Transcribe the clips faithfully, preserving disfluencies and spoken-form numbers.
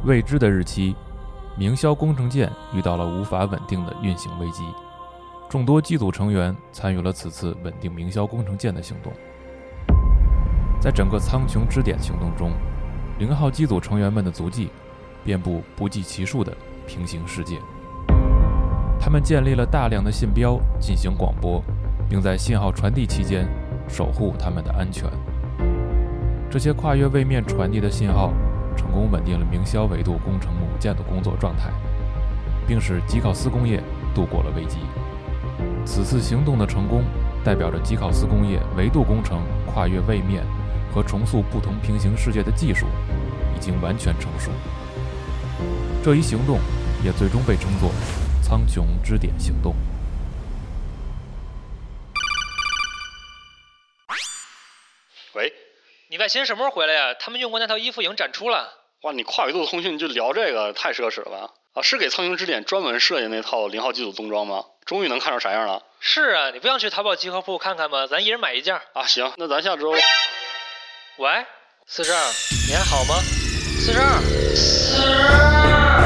未知的日期，明霄工程舰遇到了无法稳定的运行危机，众多机组成员参与了此次稳定明霄工程舰的行动。在整个苍穹支点行动中，零号机组成员们的足迹遍布不计其数的平行世界，他们建立了大量的信标进行广播，并在信号传递期间守护他们的安全。这些跨越位面传递的信号成功稳定了明霄维度工程母舰的工作状态，并使吉考斯工业度过了危机。此次行动的成功代表着吉考斯工业维度工程跨越位面和重塑不同平行世界的技术已经完全成熟。这一行动也最终被称作苍穹支点行动。 喂， 你外星什么时候回来呀？他们用过那套衣服已经展出了。 哇，你跨维度通讯就聊这个，太奢侈了吧？啊，是给苍穹支点专门设计那套零号机组冬装吗？终于能看出啥样了？ 是啊，你不想去淘宝集合铺看看吗？咱一人买一件。 啊，行，那咱下周。 喂，四十二，你还好吗？四十二，四十二。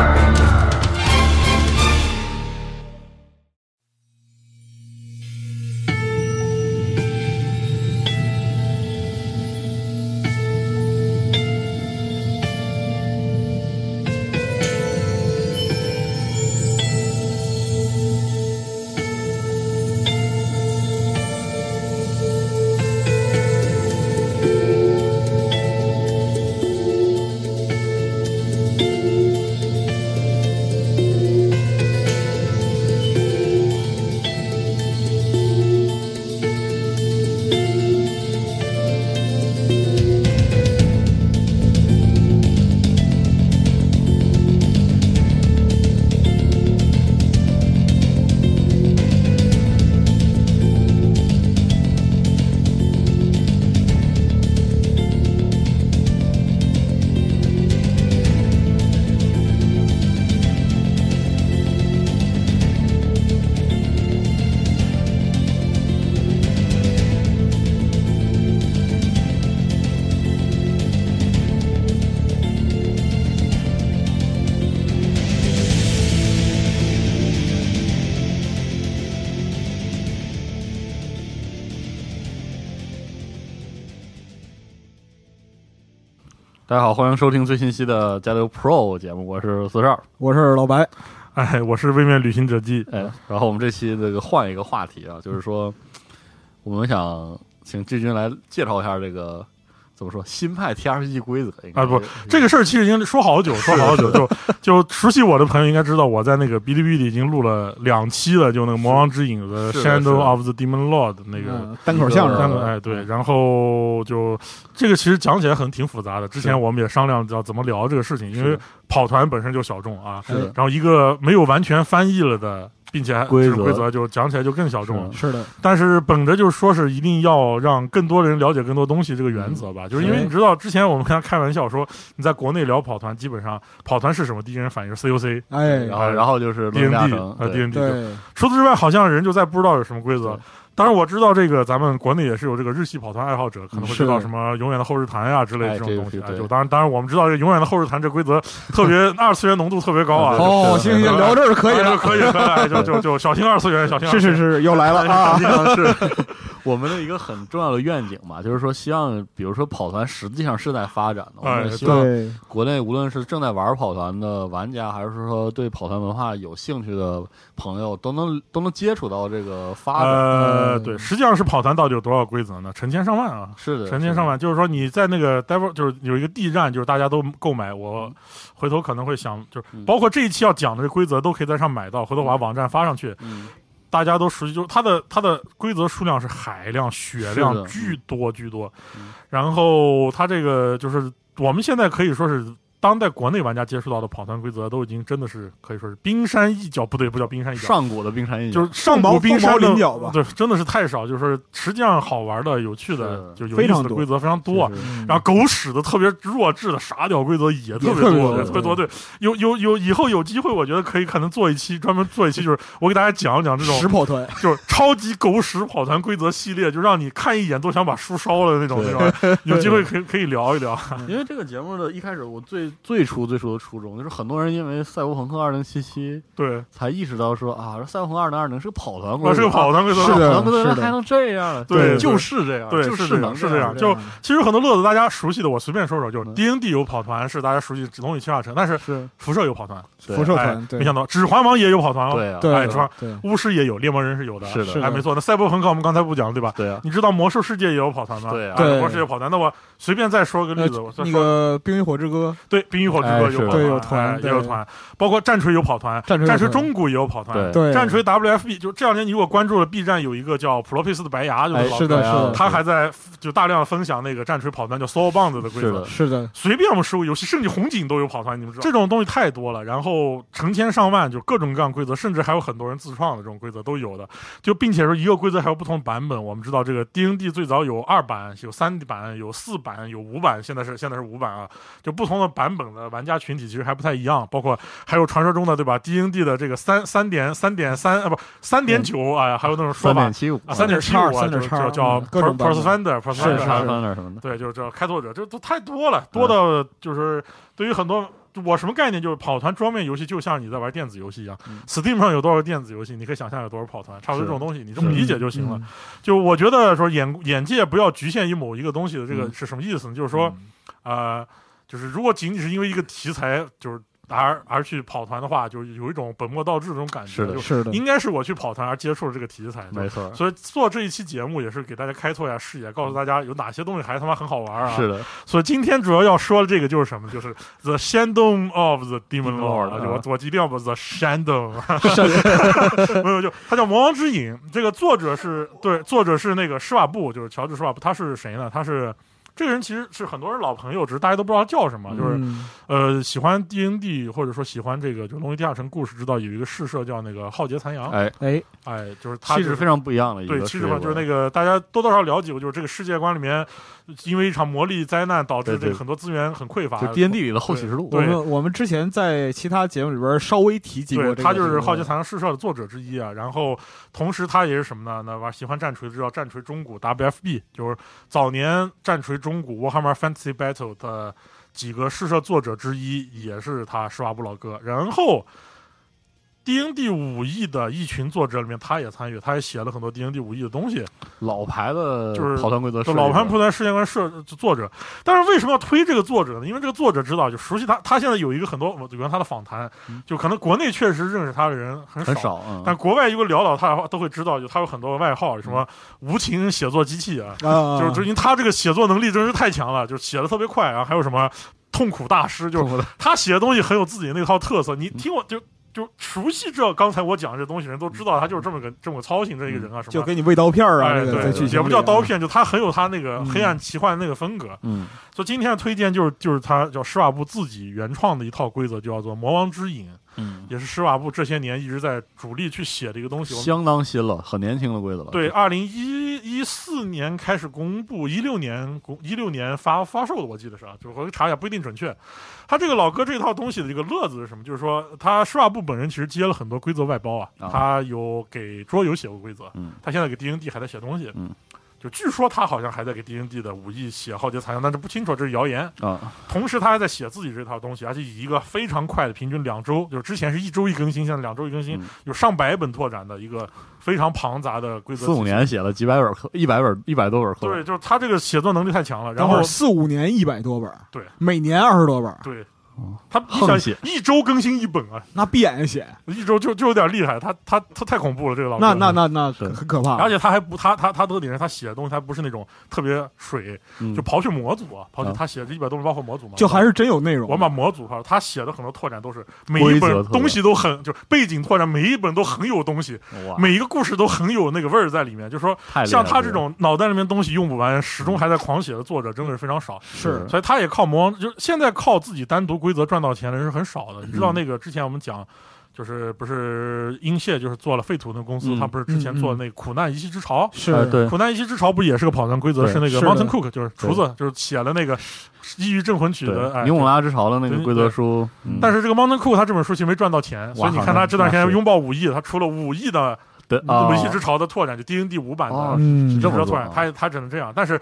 大家好，欢迎收听最新期的加流 Pro 节目，我是四十二， 我是老白， 哎，我是位面旅行者记。 哎，然后我们这期这个换一个话题啊，就是说我们想请志军来介绍一下这个怎么说新派 T R P G 规则啊？不，这个事儿其实已经说好久，说好久，就就熟悉我的朋友应该知道，我在那个哔哩哔哩已经录了两期了，就那个《魔王之影》的《Shadow of the Demon Lord》那个、 嗯、单口相声， 单口哎对，然后就这个其实讲起来很挺复杂的。之前我们也商量要怎么聊这个事情，因为跑团本身就小众啊，然后一个没有完全翻译了的。并且规则规则就讲起来就更小众了， 是的。 但是本着就是说是一定要让更多人了解更多东西这个原则吧，嗯、就是因为你知道之前我们跟他开玩笑说，你在国内聊跑团，基本上跑团是什么，第一人反应是 C O C， 哎， 然后然后就是 D N D 啊 D N D。除此之外，好像人就再不知道有什么规则。当然我知道这个咱们国内也是有这个日系跑团爱好者可能会知道什么永远的后日谈呀之类的这种东西、哎、就当然当然我们知道这个永远的后日谈这规则特别二次元浓度特别高啊。 哦，行行，聊这儿可以了， 可以了，就就就小心二次元，小心二次元。 是是是，又来了啊！ 实际上是我们的一个很重要的愿景嘛，就是说希望比如说跑团实际上是在发展的，我们希望国内无论是正在玩跑团的玩家，还是说对跑团文化有兴趣的朋友，都能都能接触到这个发展。 呃呃，对，实际上是跑团到底有多少规则呢？成千上万啊！ 是的， 成千上万。就是说你在那个 Devil 就是有一个地站，就是大家都购买，我回头可能会想，就是包括这一期要讲的这规则都可以在上买到，回头把网站发上去， 嗯， 大家都熟悉。就是它的它的规则数量是海量、血量巨多巨多， 嗯、 然后它这个就是我们现在可以说是。当代国内玩家接触到的跑团规则都已经真的是可以说是冰山一角，不对，不叫冰山一角， 上古的冰山一角， 就是上古冰山菱角吧。 对，真的是太少，就是说实际上好玩的、有趣的、就有意思的规则非常多。然后狗屎的、特别弱智的傻屌规则也特别多，特别多。对，有有有，以后有机会，我觉得可以可能做一期专门做一期，就是我给大家讲讲这种屎跑团， 就是超级狗屎跑团规则系列，就让你看一眼都想把书烧了那种那种。有机会可以可以聊一聊。 因为这个节目的一开始，我最最初最初的初衷，就是很多人因为赛博朋克二零七七对才意识到说啊，赛博朋克二零二零是个跑团规则， 是个跑团规则， 是的， 跑团规则还能这样？ 对， 就是这样， 对， 就是能是这样。就其实很多乐子大家熟悉的，我随便说说，就是 D N D 有跑团，是大家熟悉《龙与地下城》，但是辐射有跑团， 辐射团， 没想到指环王也有跑团哦， 对啊， 对， 是吧？巫师也有，猎魔人是有的， 是的， 哎，没错。那赛博朋克我们刚才不讲了，对吧？ 对啊， 你知道魔兽世界也有跑团吗？ 对啊， 魔兽世界跑团。那我随便再说个例子，我那个《冰与火之歌》， 对，《冰与火之歌》有跑团，有团， 也有团，包括战锤有跑团，战锤中古也有跑团， 对， 战锤 W F B 就这两年你如果关注了 B 站，有一个叫普罗佩斯的白牙，就是是的，是的， 他还在就大量分享那个战锤跑团叫 Soul Bound 的规则， 是的， 随便我们十五游戏，甚至红警都有跑团，你们知道这种东西太多了，然后成千上万，就各种各样规则，甚至还有很多人自创的这种规则都有的，就并且说一个规则还有不同版本。我们知道这个 D N D 最早有二版、有三版、有四版、有五版，现在是现在是五版啊，就不同的版本的玩家群体其实还不太一样，包括还有传说中的对吧 D N D 的这个三三点三点三啊不三点九啊，还有那种说法三点七五啊三点七五啊，就叫 Persevander Persevander 什么的，对，就叫开拓者，这都太多了，多到就是对于很多。我什么概念？就是跑团桌面游戏，就像你在玩电子游戏一样。嗯、Steam 上有多少电子游戏，你可以想象有多少跑团，差不多这种东西，你这么理解就行了。就我觉得说眼眼界不要局限于某一个东西的这个是什么意思呢？嗯、就是说，嗯、呃，就是如果仅仅是因为一个题材，就是。而而去跑团的话，就有一种本末倒置的这种感觉。 是的， 是的， 应该是我去跑团而接触了这个题材， 没错。 所以做这一期节目也是给大家开拓一下视野，告诉大家有哪些东西还他妈很好玩啊！ 是的。 所以今天主要要说的这个就是什么？就是 The Shadow of the Demon Lord， 啊、 就我我一定要把 The Shadow， 没有就它叫魔王之影。这个作者是对，作者是那个施瓦布，就是乔治施瓦布。他是谁呢？他是。这个人其实是很多人老朋友，只是大家都不知道他叫什么。就是， 嗯、 呃，喜欢 D N D 或者说喜欢这个就《龙与地下城》故事，知道有一个试射叫那个浩劫残阳。 哎哎哎，就是他、就是、 气质非常不一样的一个对，气质上就是那个大家多多少少了解过，就是这个世界观里面，因为一场魔力灾难导致这个很多资源很匮乏。 就 D N D 里的后启示录。 我们我们之前在其他节目里边稍微提及过、这个， 他就是浩劫残阳试射的作者之一啊。然后同时他也是什么呢？那玩喜欢战锤知道战锤中古 W F B， 就是早年战锤中古 Warhammer Fantasy Battle 的几个试射作者之一，也是他施瓦布老哥。然后 D N D 五 E 的一群作者里面，他也参与，他也写了很多 D N D 五 E 的东西。 老牌的就是跑团规则， 就老牌跑团世界观设作者。但是为什么要推这个作者呢？因为这个作者知道，就熟悉他，他现在有一个很多，比如他的访谈，就可能国内确实认识他的人很少， 很少嗯、 但国外如果聊到他的话，都会知道，就他有很多外号，什么无情写作机器啊， 嗯、 就是就因为他这个写作能力真是太强了，就写的特别快，然后还有什么痛苦大师，就是他写的东西很有自己的那套特色。你听我就。就熟悉这刚才我讲这东西人都知道他就是这么个这么操心这一个人啊，什么就给你喂刀片啊， 哎， 这个对，也不叫刀片，就他很有他那个黑暗奇幻的那个风格。 嗯， 所以今天的推荐就是就是他叫施瓦布自己原创的一套规则，就叫做魔王之影。 嗯， 也是施瓦布这些年一直在主力去写的一个东西， 相当新了，很年轻的规则了。 对，二零一一四年开始公布，一六年公一六年发发售的，我记得是啊，就我查一下，不一定准确。他这个老哥这套东西的这个乐子是什么？就是说，他施瓦布本人其实接了很多规则外包啊， 啊他有给桌游写过规则， 嗯， 他现在给 D N D 还在写东西， 嗯。 就据说他好像还在给 D N D 的五 E 写浩劫残阳，但是不清楚，这是谣言啊。 同时他还在写自己这套东西，而且以一个非常快的平均两周，就是之前是一周一更新，现在两周一更新， 嗯、 有上百本拓展的一个非常庞杂的规则。 四五年写了几百本课，一百本一百多本课。 对，就是他这个写作能力太强了。然后四五年一百多本， 对， 每年二十多本， 对。他横写一周更新一本啊， 那闭眼写一周就就有点厉害，他他他太恐怖了，这个老哥。 那那那那很可怕， 而且他还不他他他特点是他写的东西，他不是那种特别水， 嗯、 就刨去模组啊，刨去他写的一百多本包括模组嘛， 就还是真有内容。 我把模组哈，他写的很多拓展都是每一本东西都很，就背景拓展每一本都很有东西，每一个故事都很有那个味儿在里面。就是说，像他这种脑袋里面东西用不完，始终还在狂写的作者，真的是非常少。 是， 所以他也靠魔王，就是现在靠自己单独规则赚到钱的人是很少的。你知道那个之前我们讲，就是不是英谢就是做了废土那公司， 嗯、 他不是之前做那个苦难一息之潮？ 是， 对， 苦难一息之潮不也是个跑团规则？是那个 Mountain Cook， 就是厨子，就是写了那个异域镇魂曲的尼古拉之潮的那个规则书。 嗯、但是这个 Mountain Cook 他这本书其实没赚到钱，所以你看他这段时间拥抱五亿，他出了五亿的维系之潮的拓展，就 D N D 五版的， 嗯， 这么拓展，他他只能这样，但是。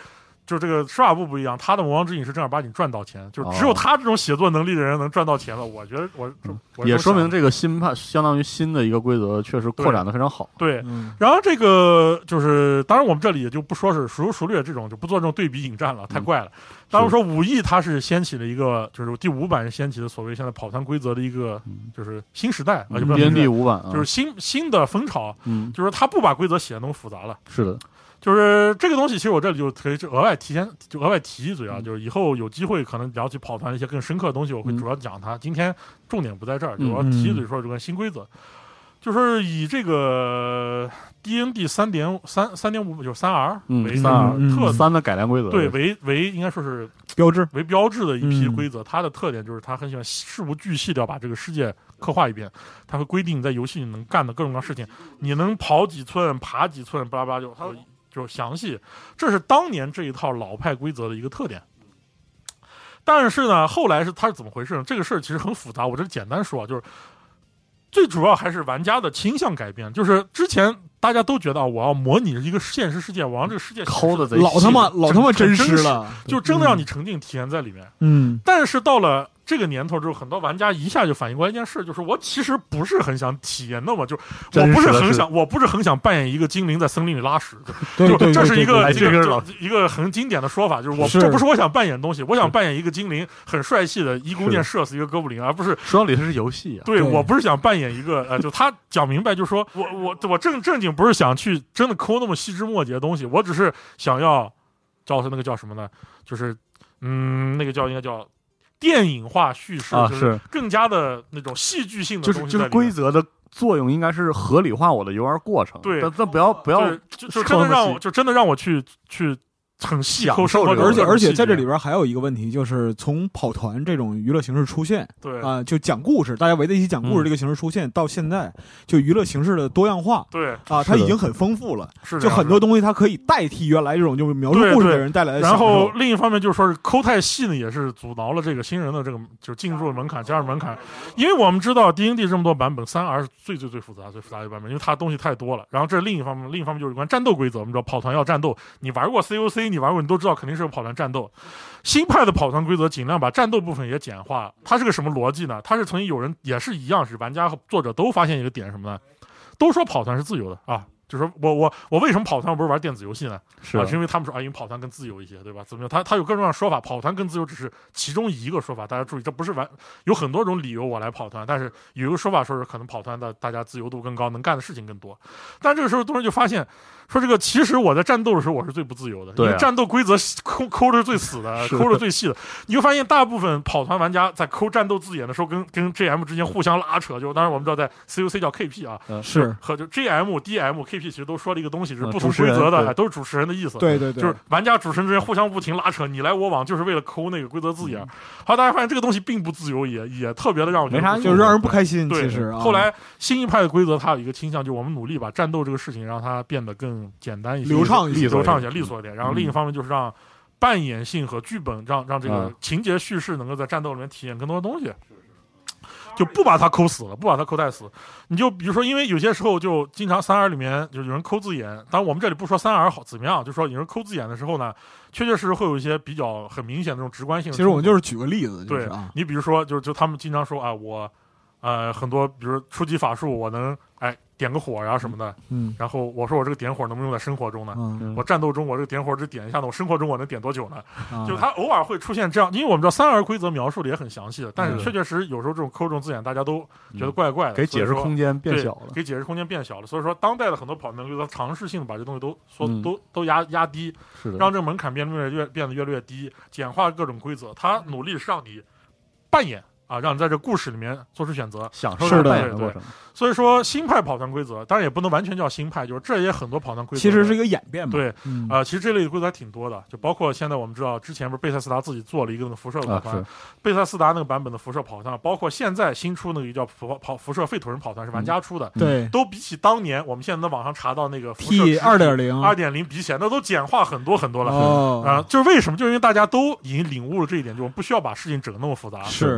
就这个施瓦布不一样，他的魔王之影是正儿八经赚到钱，就只有他这种写作能力的人能赚到钱了。我觉得我， 嗯、 我也说明这个新派相当于新的一个规则确实扩展的非常好。 对，对嗯、然后这个就是当然我们这里也就不说是孰优孰劣这种，就不做这种对比引战了，太怪了。嗯、当然说武艺它是掀起了一个，就是第五版掀起的所谓现在跑团规则的一个就是新时代啊，就 D N D 五版啊， 就是新新的风潮，嗯，就是他不把规则写的那么复杂了。 是的。 就是这个东西，其实我这里就可以额外提前就额外提一嘴啊，就是以后有机会可能聊起跑团一些更深刻的东西，我会主要讲它。嗯、今天重点不在这儿，就我要提一嘴说这个新规则，嗯、就是以这个 D N D 三点三三点五就是三 R 为三 R 特三的改良规则， 对为为应该说是标志为标志的一批规则。嗯、它的特点就是它很喜欢事无巨细的要把这个世界刻画一遍，它会规定你在游戏里能干的各种各样的事情，你能跑几寸、爬几寸，巴拉巴拉就它有。就详细，这是当年这一套老派规则的一个特点。但是呢，后来是它是怎么回事呢？这个事儿其实很复杂，我这简单说，就是最主要还是玩家的倾向改变。就是之前大家都觉得我要模拟一个现实世界，我让这个世界抠的老他妈老他妈真实了， 就真的让你沉浸体验在里面。 嗯， 但是到了这个年头之后，很多玩家一下就反应过来一件事，就是我其实不是很想体验那么，就我不是很想，我不是很想扮演一个精灵在森林里拉屎， 对就这是一个这个一个很经典的说法，就是我这不是我想扮演东西，我想扮演一个精灵很帅气的一弓箭射死一个哥布林，而不是说里它是游戏啊。 对，我不是想扮演一个呃，就他讲明白，就是说我我我正正经不是想去真的抠那么细枝末节的东西，我只是想要叫是那个叫什么呢？就是嗯，那个叫应该叫。电影化叙事就是更加的那种戏剧性的东西， 就是就是规则的作用应该是合理化我的游玩过程。 对， 但但不要不要， 就就真的让我就真的让我去去很细抠生活， 而且而且在这里边还有一个问题，就是从跑团这种娱乐形式出现， 对啊、呃，就讲故事，大家围在一起讲故事这个形式出现、嗯、到现在，就娱乐形式的多样化， 对啊，它已经很丰富了， 是就很多东西它可以代替原来这种就是描述故事的人带来的。 然后另一方面就是说是抠太细呢，也是阻挠了这个新人的这个就进入门槛加入门槛，因为我们知道 D N D 这么多版本，三 R 是最最最复杂最复杂的版本，因为它东西太多了。然后这是另一方面，另一方面就是有关战斗规则，我们知道跑团要战斗，你玩过 C O C， 你玩过你都知道肯定是有跑团战斗，新派的跑团规则尽量把战斗部分也简化。它是个什么逻辑呢？它是曾经有人也是一样，是玩家和作者都发现一个点什么呢？都说跑团是自由的啊，就是说我我我为什么跑团不是玩电子游戏呢？ 是啊，是因为他们说啊，因为跑团更自由一些，对吧？怎么样？他他有各种各样的说法，跑团更自由只是其中一个说法，大家注意，这不是完有很多种理由我来跑团，但是有一个说法说是可能跑团的大家自由度更高，能干的事情更多。但这个时候，多人就发现。说这个其实我在战斗的时候我是最不自由的， 对啊、 因为战斗规则抠抠的是最死的，抠的最细的。你会发现大部分跑团玩家在抠战斗字眼的时候跟，跟跟 G M 之间互相拉扯。就当然我们知道在 C O C 叫 K P 啊， 嗯、是和就 G M、D M、K P 其实都说了一个东西，是不同规则的，还、嗯、都是主持人的意思。 对对对， 就是玩家主持人之间互相不停拉扯，你来我往，就是为了抠那个规则字眼。嗯、好，大家发现这个东西并不自由，也也特别的让我觉得没啥，就是让人不开心。 对， 其实、啊、 后来新一派的规则它有一个倾向，就是我们努力把战斗这个事情让它变得更简单一些。 流畅一些， 流畅一些，利索一点。然后另一方面就是让扮演性和剧本，让让这个情节叙事能够在战斗里面体验更多的东西，就不把它抠死了，不把它抠太死。你就比如说，因为有些时候就经常三 R 里面就有人抠字眼，当然我们这里不说三 R 好怎么样，就说有人抠字眼的时候呢，确确实实会有一些比较很明显的这种直观性。 其实我们就是举个例子， 对、 就是啊、 你比如说，就就他们经常说啊，我呃很多，比如初级法术，我能哎。点个火呀、啊、什么的，嗯，然后我说我这个点火能不能用在生活中呢？嗯，我战斗中我这个点火只点一下呢，我生活中我能点多久呢？嗯、就它偶尔会出现这样，因为我们知道三 R 规则描述的也很详细的，但是确确实有时候这种抠这种字眼，大家都觉得怪怪的， 给解释空间变小了， 给解释空间变小了。所以说，当代的很多跑团规则尝试性把这东西都说、嗯、都都压压低， 是的， 让这个门槛变得越来越变得越来越低，简化各种规则，它努力是让你扮演。啊，让你在这故事里面做出选择， 享受这个扮演的过程。所以说，新派跑团规则，当然也不能完全叫新派，就是这也很多跑团规则， 其实是一个演变嘛。 对， 嗯、 呃，其实这类的规则还挺多的，就包括现在我们知道，之前不是贝塞斯达自己做了一个那个辐射跑团，啊、贝塞斯达那个版本的辐射跑团，包括现在新出那个叫跑跑辐射废土人跑团是玩家出的， 嗯、对， 都比起当年我们现在在网上查到那个 P 二点零二点零比起来，那都简化很多很多了。 哦， 啊、呃，就是为什么？就是因为大家都已经领悟了这一点，就我们不需要把事情整那么复杂。 是二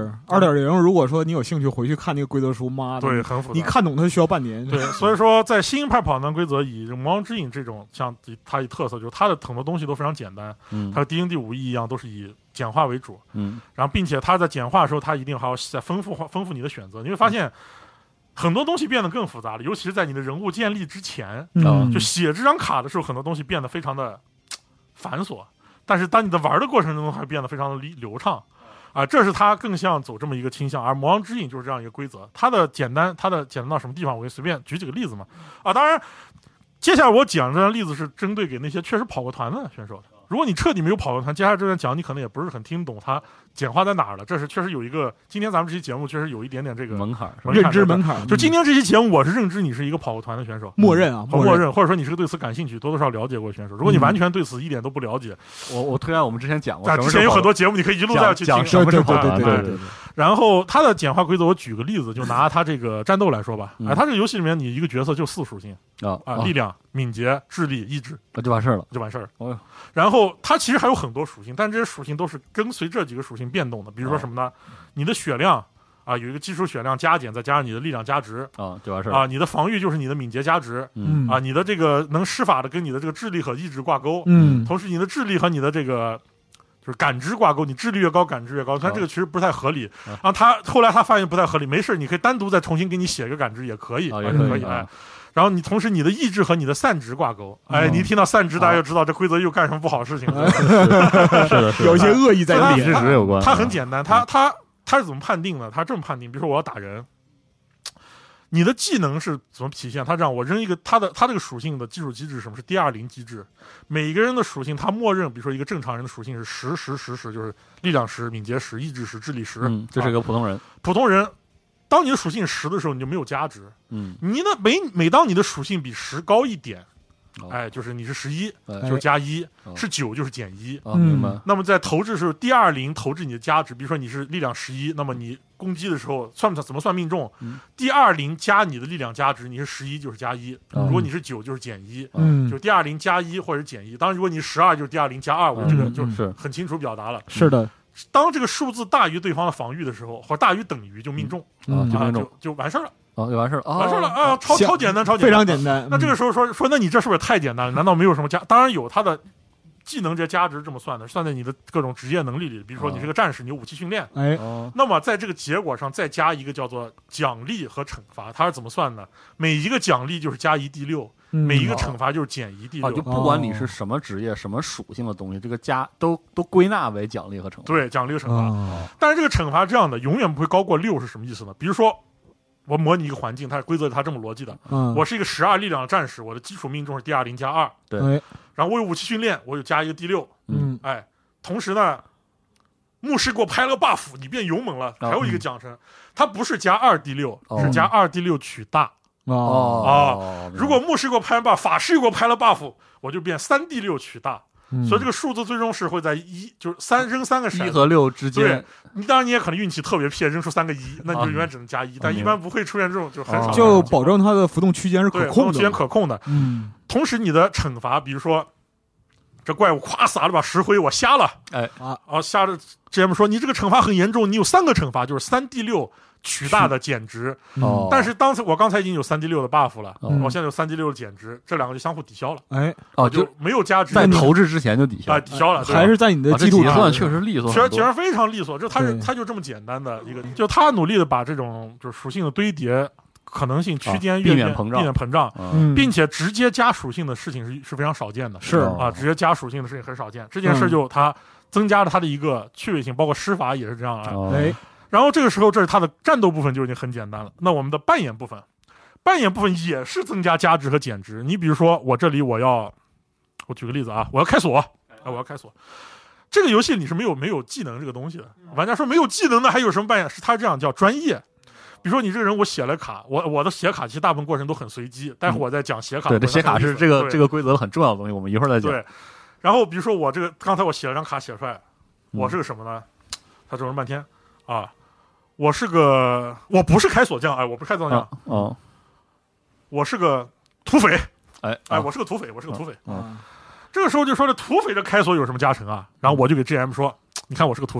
点零，如果说你有兴趣回去看那个规则书，妈的， 对，很复杂， 你看懂它需要半年。 对，所以说在新一派跑团规则以《魔王之影》这种像它一特色，就是它的很多东西都非常简单， 嗯， 它和第一第五一一样，都是以简化为主， 嗯， 然后并且它在简化的时候，它一定还要再丰富化丰富你的选择，你会发现。很多东西变得更复杂了，尤其是在你的人物建立之前， 嗯， 就写这张卡的时候，很多东西变得非常的繁琐。但是当你的玩的过程中，还变得非常的流畅，啊，这是它更像走这么一个倾向。而魔王之影就是这样一个规则，它的简单，它的简单到什么地方？我给随便举几个例子嘛。啊，当然，接下来我讲这段例子是针对给那些确实跑过团的选手的。如果你彻底没有跑过团，接下来这段讲你可能也不是很听懂它简化在哪儿了。这是确实有一个，今天咱们这期节目确实有一点点这个门槛， 认知门槛。 就今天这期节目，我是认知你是一个跑过团的选手， 默认啊， 默认，或者说你是个对此感兴趣，多多少少了解过的选手。如果你完全对此一点都不了解， 我我推荐我们之前讲过， 之前有很多节目，你可以一路再去讲什么是跑团， 对对对。 然后它的简化规则，我举个例子，就拿它这个战斗来说吧。 嗯、 哎，它这个游戏里面，你一个角色就四属性啊啊，力量、敏捷、智力、意志， 那就完事儿了， 就完事儿。 哦， 然后它其实还有很多属性，但这些属性都是跟随这几个属性变动的。比如说什么呢？哦、你的血量啊，有一个基础血量加减，再加上你的力量加值啊，就完事儿啊。你的防御就是你的敏捷加值， 嗯啊，你的这个能施法的跟你的这个智力和意志挂钩， 嗯， 同时你的智力和你的这个。就是感知挂钩，你智力越高，感知越高。但这个其实不太合理。 啊、 然后他后来他发现不太合理，没事，你可以单独再重新给你写个感知也可以， 啊、 也可以。 哎、 啊，然后你同时你的意志和你的散值挂钩。哎，你一听到散值，大家就知道这规则又干什么不好的事情了。 是的，是有一些恶意在里面。 理值有关。 它很简单，它它它是怎么判定呢？它这么判定，比如说我要打人。你的技能是怎么体现？它这样，我扔一个它的它这个属性的基础机制是什么？是 D 二零 机制。每一个人的属性，它默认，比如说一个正常人的属性是十十十十，就是力量十、敏捷十、意志十、智力十。 嗯，这是一个普通人。 啊、普通人，当你的属性十的时候，你就没有加值。 嗯， 你呢每每当你的属性比十高一点。 哦、 哎，就是你是十一， 哎、 就是加一、 哦， 是九就是减一。 啊、哦，明白。 那么在投掷时候 ，D 二零投掷你的加值，比如说你是力量十一，那么你攻击的时候算不算怎么算命中、 嗯、 ？D 二零加你的力量加值，你是十一就是加一、 嗯， 如果你是九就是减一， 嗯， 就 D 二零加一或者减一。当然，如果你十二就是 D 二零加二，我这个就是很清楚表达了。 是的， 当这个数字大于对方的防御的时候，或者大于等于就命中， 嗯、 啊， 就命中就就完事儿了。 哦，就完事儿了，哦、 完事儿了啊！超超简单，超简单， 非常简单。 那这个时候说说，那你这是不是太简单了？难道没有什么加？当然有，它的技能这加值这么算的，算在你的各种职业能力里。比如说你是个战士，你有武器训练， 哎， 那么在这个结果上再加一个叫做奖励和惩罚，它是怎么算呢？每一个奖励就是加一 D 六，每一个惩罚就是减一 D 六、 哦。就不管你是什么职业、什么属性的东西，这个加都都归纳为奖励和惩罚。 对，奖励和惩罚。 哦、 但是这个惩罚这样的，永远不会高过六，是什么意思呢？比如说。我模拟一个环境，它规则它这么逻辑的。 嗯， 我是一个十二力量的战士，我的基础命中是 D 二零加二。 对。 然后我有武器训练，我有加一个 D 六。 嗯。 哎，同时呢，牧师给我拍了个 buff， 你变勇猛了，还有一个奖惩，它不是加二 D 六，是加二 D 六取大。 哦。 啊，如果牧师给我拍了 buff， 法师给我拍了 buff， 我就变三 D 六取大。 嗯、 所以这个数字最终是会在一，就是三扔三个骰子， 一和六之间。 对，你当然你也可能运气特别撇，扔出三个一，那你就永远只能加一、啊，但一般不会出现这种，就很少。 就保证它的浮动区间是可控的， 浮动区间可控的。 嗯， 同时你的惩罚，比如说这怪物咵撒了把石灰，我瞎了， 哎啊啊瞎了 G M 说你这个惩罚很严重，你有三个惩罚，就是三 D 六。取大的减值， 哦， 但是当时我刚才已经有三 D 六的 buff 了， 嗯、 我现在有三 D 六的减值，这两个就相互抵消了。 哎， 哦，就没有加值， 在投掷之前就抵消啊，抵消了， 还是在你的基础上，确实利索， 确实确实非常利索。就它是它就这么简单的一个，就他努力的把这种就是属性的堆叠可能性区间避免膨胀， 避免膨胀， 嗯， 并且直接加属性的事情是是非常少见的， 是啊，直接加属性的事情很少见。这件事就它增加了它的一个趣味性，包括施法也是这样啊。 哎。 然后这个时候，这是它的战斗部分就已经很简单了。那我们的扮演部分，扮演部分也是增加加值和减值。你比如说，我这里我要，我举个例子啊，我要开锁，哎，我要开锁。这个游戏里是没有没有技能这个东西的。玩家说没有技能的还有什么扮演？是它这样叫专业。比如说你这个人，我写了卡，我我的写卡其实大部分过程都很随机。待会儿我在讲写卡、 嗯，对，这写卡是这个这个规则很重要的东西，我们一会儿再讲。 对。然后比如说我这个刚才我写了张卡写出来，我是个什么呢？他整了半天啊。我是个，我不是开锁匠，哎，我不是开锁匠， 哦， 我是个土匪， 哎哎，我是个土匪，我是个土匪， 嗯， 这个时候就说这土匪这开锁有什么加成啊？然后我就给 G M 说，你看我是个土匪，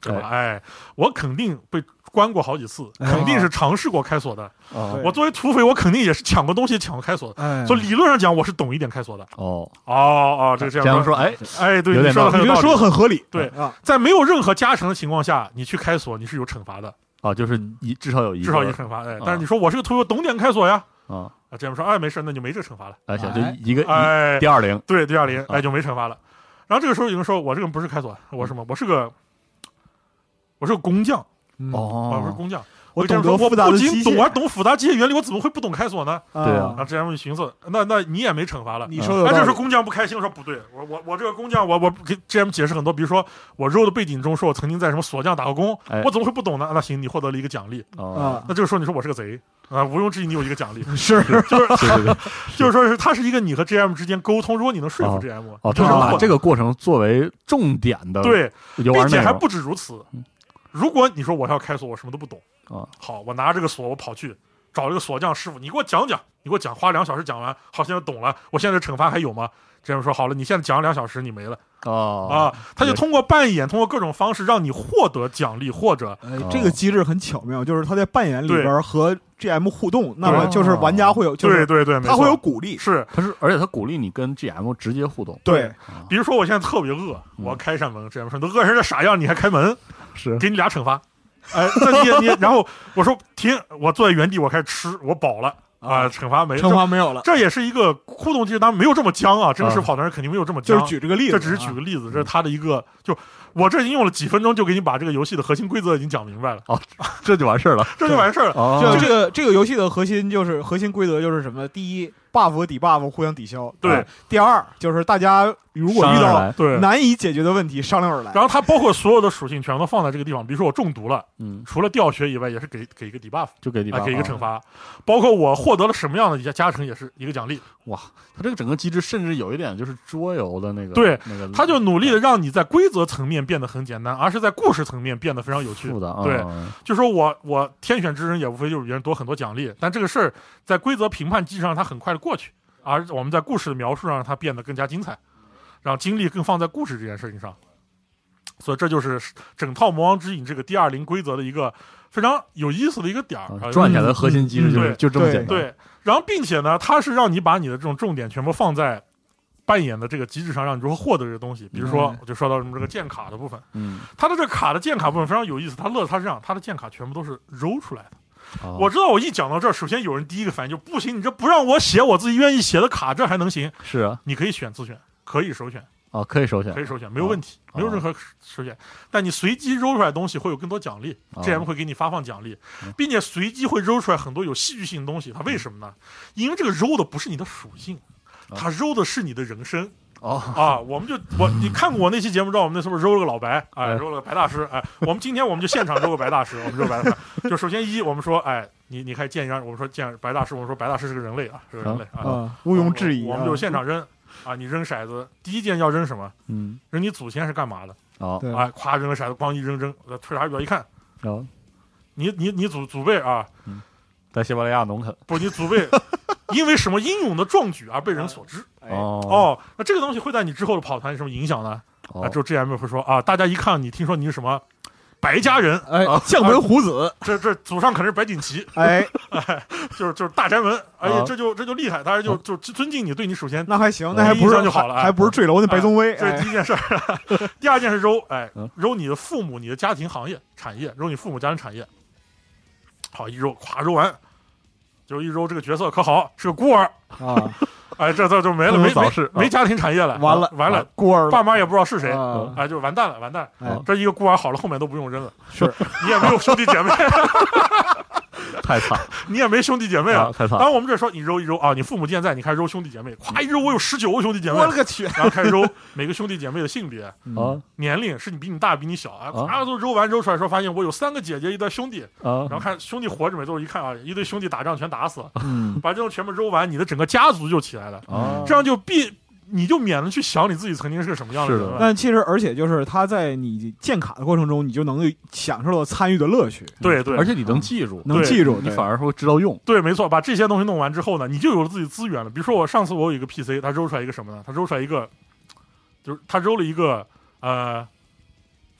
对吧？哎，我肯定被关过好几次，肯定是尝试过开锁的。 哦、 我作为土匪，我肯定也是抢过东西抢过开锁的。 哎、 所以理论上讲，我是懂一点开锁的。 哦哦哦，这个这样说，哎哎，对， 你说的很有道理， 说的很合理。 对、 啊， 在没有任何加成的情况下，你去开锁，你是有惩罚的。 啊、哦，就是一至少有一至少一个惩罚。哎，但是你说我是个土匪，我懂点开锁呀。 啊啊，这样说，哎，没事，那就没这个惩罚了。 哎，行，就一个哎， 第二零， 对，第二零，哎，就没惩罚了。然后这个时候有人说，我这个不是开锁，我什么？我是个，我是个工匠。 哦， 我是工匠。 我懂得复杂的机械， 我不仅懂，我还懂复杂机械原理，我怎么会不懂开锁呢？ 对啊。 然后这样一寻思，那那你也没惩罚了。 你说的， 那这是工匠不开心，我说不对，我我我这个工匠，我我给 G M 解释很多，比如说我肉的背景中说我曾经在什么锁匠打过工， 哎、 我怎么会不懂呢？那行，你获得了一个奖励。 哦， 那这个时候你说我是个贼啊，毋庸置疑，你有一个奖励， 是就是就是说是它是一个你和 G M 之间沟通，如果你能说服 G M， 哦，这是把这个过程作为重点的， 对，并且还不止如此。 嗯如果你说我要开锁，我什么都不懂啊， 好，我拿这个锁，我跑去找这个锁匠师傅，你给我讲讲，你给我讲，花两小时讲完，好，现在懂了，我现在惩罚还有吗？这样说好了，你现在讲两小时，你没了哦啊，他就通过扮演，通过各种方式让你获得奖励，或者、 哎、这个机制很巧妙，就是他在扮演里边和 G M 互动，那么就是玩家会有，就是对对对， 他会有鼓励， 是他是，而且他鼓励你跟 G M 直接互动， 对， 嗯、比如说我现在特别饿，我要开扇门、嗯、，G M 说你都饿成这傻样，你还开门， 是给你俩惩罚。哎，那你你，然后我说停，我坐在原地，我开始吃，我饱了啊、呃，惩罚没， 惩罚没有了。 这也是一个互动机制，当然没有这么僵啊，真实跑团肯定没有这么僵。 就是举这个例子， 这只是举个例子，这是他的一个，就我这用了几分钟就给你把这个游戏的核心规则已经讲明白了。 哦，这就完事儿了， 这就完事儿了。 哦、 就这个这个游戏的核心就是核心规则就是什么？第一 ，buff 和底 buff 互相抵消。 对。 啊、第二，就是大家如果遇到对难以解决的问题，商量而来。 然后它包括所有的属性全都放在这个地方，比如说我中毒了， 嗯， 除了掉血以外，也是给给一个 debuff， 就给 debuff，、 啊、给一个惩罚。包括我获得了什么样的加加成，也是一个奖励。 哇，它这个整个机制甚至有一点就是桌游的那个， 对， 那个， 他就努力的让你在规则层面变得很简单，而是在故事层面变得非常有趣。 复杂， 对， 嗯、 就说我我天选之人也无非就是别人多很多奖励，但这个事儿在规则评判机制上它很快的过去，而我们在故事的描述上让它变得更加精彩，让精力更放在故事这件事情上。所以这就是整套魔王之影这个 D 二零规则的一个非常有意思的一个点儿， 转起来的核心机制就是、 嗯、 就这么简单。 对，然后并且呢，它是让你把你的这种重点全部放在扮演的这个机制上，让你如何获得这个东西。比如说，我就说到什么这个建卡的部分， 嗯， 它的这个卡的建卡部分非常有意思，它乐它是这样，它的建卡全部都是揉出来的。 哦、 我知道，我一讲到这儿，首先有人第一个反应就不行，你这不让我写我自己愿意写的卡，这还能行？ 是啊， 你可以选自选，可以首选。 哦，可以首选， 可以首选，没有问题，哦、没有任何首选。但你随机揉出来的东西会有更多奖励、哦、，G M 会给你发放奖励，并且随机会揉出来很多有戏剧性的东西。它为什么呢？因为这个揉的不是你的属性，它揉的是你的人生。 哦啊，我们就我你看过我那期节目，知道我们那是不是揉了个老白？哎，揉了个白大师。哎，我们今天我们就现场揉个白大师，我们揉白大师。就首先一，我们说，哎，你你开始见一张，我们说见白大师，我们说白大师是个人类啊，是个人类啊， 啊毋庸置疑、啊我。我们就现场扔。啊，你扔骰子，第一件要扔什么？ 嗯， 扔你祖先是干嘛的？ 哦， 哎，咵扔个骰子，咣一扔扔，推查表一看， 哦， 你你你祖祖辈啊， 嗯，在西伯利亚农垦， 不，你祖辈因为什么英勇的壮举而被人所知？ 哦哦，那这个东西会在你之后的跑团有什么影响呢？ 哦、 啊，就 G M 会说啊，大家一看你听说你是什么白家人， 哎，将门虎子， 啊、这这祖上可能是白锦旗， 哎， 哎，就是就是大宅门，哎呀，这就这就厉害，大家就就尊敬你，对你首先那还行，那还不是就好了， 还不是坠楼那白宗威， 这是第一件事。第二件是揉，哎，揉你的父母、你的家庭行业、产业，揉你父母家庭产业。好，一揉，咵揉完，就一揉这个角色可好，是个孤儿啊。 哎，这这就没了，没没没家庭产业了， 完了完了， 孤儿， 爸妈也不知道是谁， 啊、 哎，就完蛋了，完蛋。 哎、 这一个孤儿好了，后面都不用扔了， 是你也没有兄弟姐妹， 太惨， 你也没兄弟姐妹啊， 太惨。 当然我们这说你揉一揉啊，你父母健在，你开始揉兄弟姐妹，咵一揉，我有十九个兄弟姐妹， 我勒个去！ 然后开始揉每个兄弟姐妹的性别、 嗯、 年龄，是你比你大比你小啊，咵都揉完揉出来，说发现我有三个姐姐，一对兄弟， 啊， 然后看兄弟活着没，最后一看啊，一堆兄弟打仗全打死了， 嗯， 把这种全部揉完，你的整个家族就起来了， 啊， 这样就必。你就免了去想你自己曾经是个什么样的人了。 但其实，而且就是他在你建卡的过程中，你就能享受到参与的乐趣。 对对， 而且你能记住， 能记住， 你反而会知道用。 对，没错，把这些东西弄完之后呢，你就有了自己资源了。比如说我上次我有一个 P C， 他揉出来一个什么呢？他揉出来一个，就是他揉了一个呃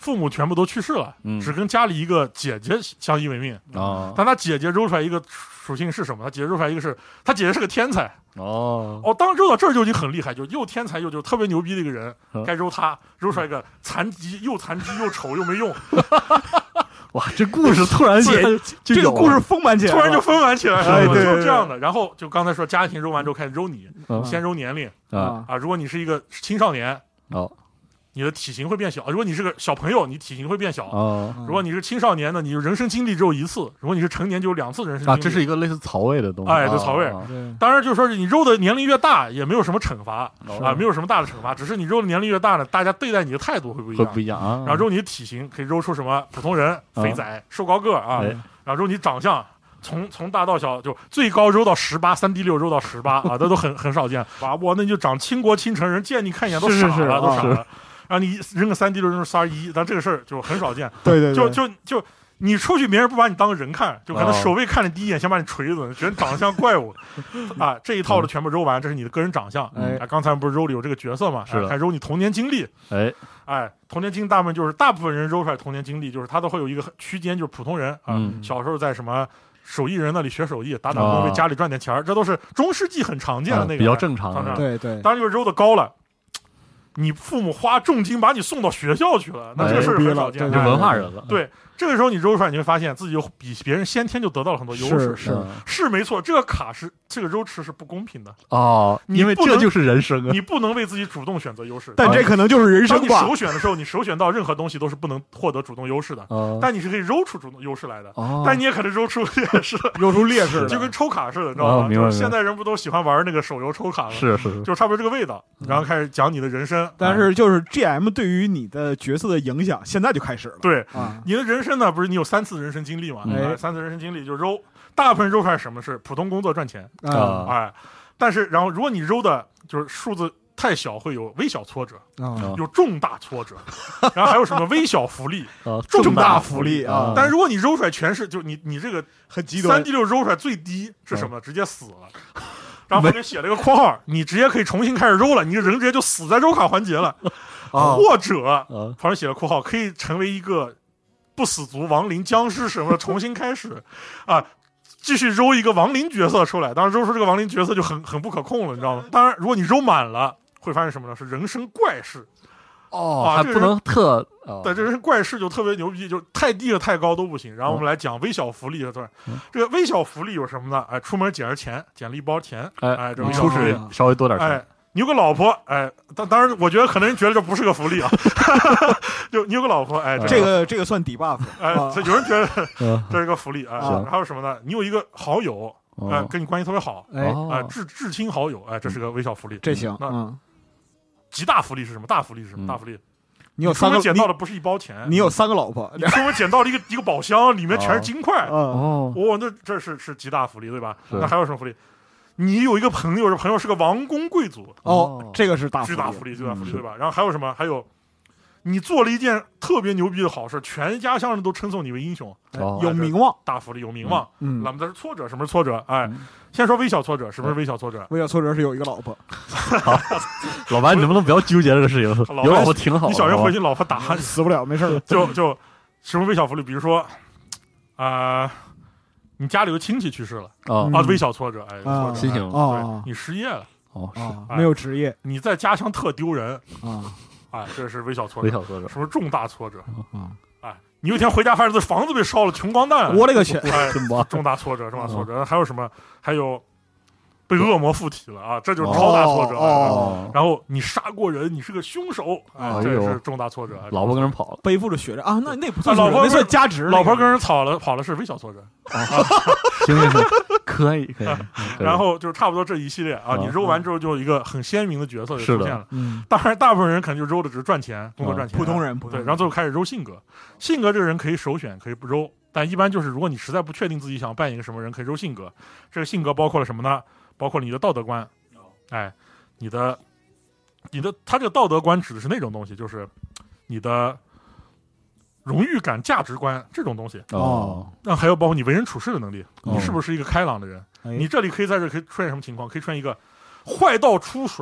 父母全部都去世了， 嗯、 只跟家里一个姐姐相依为命哦。 但他姐姐揉出来一个属性是什么？他姐姐揉出来一个是，他姐姐是个天才哦。 哦，当揉到这儿就已经很厉害，就又天才又就特别牛逼的一个人，嗯、该揉他揉出来一个残疾又残疾又丑又没用。 哇，这故事突然间这个故事丰满起来， 突然就丰满起来了， 哎、对就是这样的。然后就刚才说家庭揉完之后开始揉你， 嗯、 先揉年龄啊啊，如果你是一个青少年哦。 你的体型会变小，如果你是个小朋友，你体型会变小。 哦， 如果你是青少年呢，你人生经历只有一次；如果你是成年，就有两次人生经历。 啊，这是一个类似曹魏的东西。 哎，对，曹魏。 啊、 当然，就是说你揉的年龄越大，也没有什么惩罚、 哦、 啊，没有什么大的惩罚，只是你揉的年龄越大呢，大家对待你的态度会不一样。 会不一样啊。 然后揉你的体型，可以揉出什么普通人、肥仔、啊、瘦高个啊。 哎、 然后揉你长相。从从大到小，就最高揉到十八，三 D 六揉到十八啊，这都很很少见。哇，哇，那你就长倾国倾城，人见你看一眼都傻了， 是是是都傻了。 啊然后你扔个三 D 六扔三十一，但这个事儿就很少见。 对对对， 就就就你出去，别人不把你当个人看，就可能守卫看你第一眼，先把你锤死，觉得长得像怪物啊。这一套的全部揉完，这是你的个人长相。 哎， 刚才不是揉里有这个角色嘛？ 是还揉你童年经历。 哎哎，童年经历大部分就是大部分人揉出来童年经历，就是他都会有一个区间，就是普通人啊， 嗯、 小时候在什么。手艺人那里学手艺，打打工为家里赚点钱、哦、这都是中世纪很常见的那个、 啊、比较正常的。 对对， 当然就是揉的高了，你父母花重金把你送到学校去了，那这个事儿很少见， 就文化人了。 对，这个时候你揉出来，你会发现自己就比别人先天就得到了很多优势。 是是是没错，这个卡是这个揉吃是不公平的哦，因为这就是人生啊， 你不能为自己主动选择优势。 但这可能就是人生吧。 当你首选的时候，你首选到任何东西都是不能获得主动优势的， 哦、 但你是可以揉出主动优势来的。 哦、 但你也可能揉出劣势， 揉出劣势， 就跟抽卡似的，你知道吗？ 哦、明白。 现在人不都喜欢玩那个手游抽卡吗？ 是是， 就差不多这个味道。然后开始讲你的人生， 但是就是 G M 对于你的角色的影响，现在就开始了。 对啊， 你的人生呢，不是你有三次人生经历嘛？ 哎， 三次人生经历就揉，大部分揉出来什么是普通工作赚钱啊， 哎，但是然后如果你揉的就是数字太小，会有微小挫折啊， 有重大挫折，然后还有什么微小福利啊， 重大福利啊。 但是如果你揉出来全是，就你你这个很极端， 三 D 六揉出来最低是什么？直接死了。然后后面写了一个括号，你直接可以重新开始揉了，你人直接就死在揉卡环节了， 啊、 或者啊、 旁边写了括号，可以成为一个不死族、亡灵、僵尸什么的，重新开始，啊，继续揉一个亡灵角色出来。当然揉出这个亡灵角色就很很不可控了，你知道吗？当然，如果你揉满了，会发现什么呢？是人生怪事。 哦， 啊、 还不能特， 哦、对，这人怪事就特别牛逼，就太低了太高都不行。然后我们来讲微小福利的段， 嗯、 这个微小福利有什么呢？哎，出门捡着钱，捡了一包钱， 哎， 哎，这你出去稍微多点钱， 哎，你有个老婆，哎，当当然，我觉得可能人觉得这不是个福利啊，就你有个老婆，哎， 这个这个算底 buff， 哎， 啊、 有人觉得这是个福利，哎， 啊、 还有什么呢？你有一个好友，哎， 哦、 跟你关系特别好， 哎， 哎，至至亲好友，哎，这是个微小福利， 这行， 那嗯， 极大福利是什么？大福利是什么？ 嗯、 大福利。 你有三个， 捡到的不是一包钱， 你有三个老婆。 你出门捡到了一个一个宝箱，里面全是金块。 哦， 哦，那这是是极大福利，对吧？那还有什么福利？你有一个朋友，这朋友是个王公贵族。 哦，这个是大巨大福利，巨大福利，对吧？然后还有什么？还有，你做了一件特别牛逼的好事，全家乡人都称颂你为英雄， 有名望。 大福利有名望。 嗯， 那么这是挫折，什么是挫折？哎。先说微小挫折，是不是微小挫折？ 微小挫折是有一个老婆。 好，老白，你能不能不要纠结这个事情？有老婆挺好。 你小心回去老婆打你， 死不了，没事。 就就什么微小福利？比如说，啊、呃，你家里有亲戚去世了啊， 啊，微小挫折，哎，挫折， 心情啊，你失业了， 哦，是没有职业， 你在家乡特丢人啊， 哎，这是微小挫折， 微小挫折， 什么重大挫折啊？ 哎，你有一天回家发现这房子被烧了，穷光蛋， 我勒个去！ 哎，重大挫折，重大挫折，还有什么？还有。被恶魔附体了啊，这就是超大挫折。 哦， 然后你杀过人，你是个凶手，哎，这是重大挫折。 老婆跟人跑了， 背负着血债啊，那那不算老婆， 那算加值。 老婆跟人跑了，跑了是微小挫折。 行行行，可以可以。 然后就是差不多这一系列啊，你揉完之后就一个很鲜明的角色就出现了。 嗯， 当然大部分人可能就揉的只是赚钱，工作赚钱。 普通人， 对，然后最后开始揉性格，性格这个人可以首选，可以不揉，但一般就是如果你实在不确定自己想扮演一个什么人，可以揉性格。这个性格包括了什么呢？包括你的道德观，哎，你的，你的，他这个道德观指的是那种东西，就是你的荣誉感、价值观这种东西哦。 那还有包括你为人处事的能力， 哦、 你是不是一个开朗的人？ 哎、 你这里可以在这可以出现什么情况？可以出现一个坏到出水、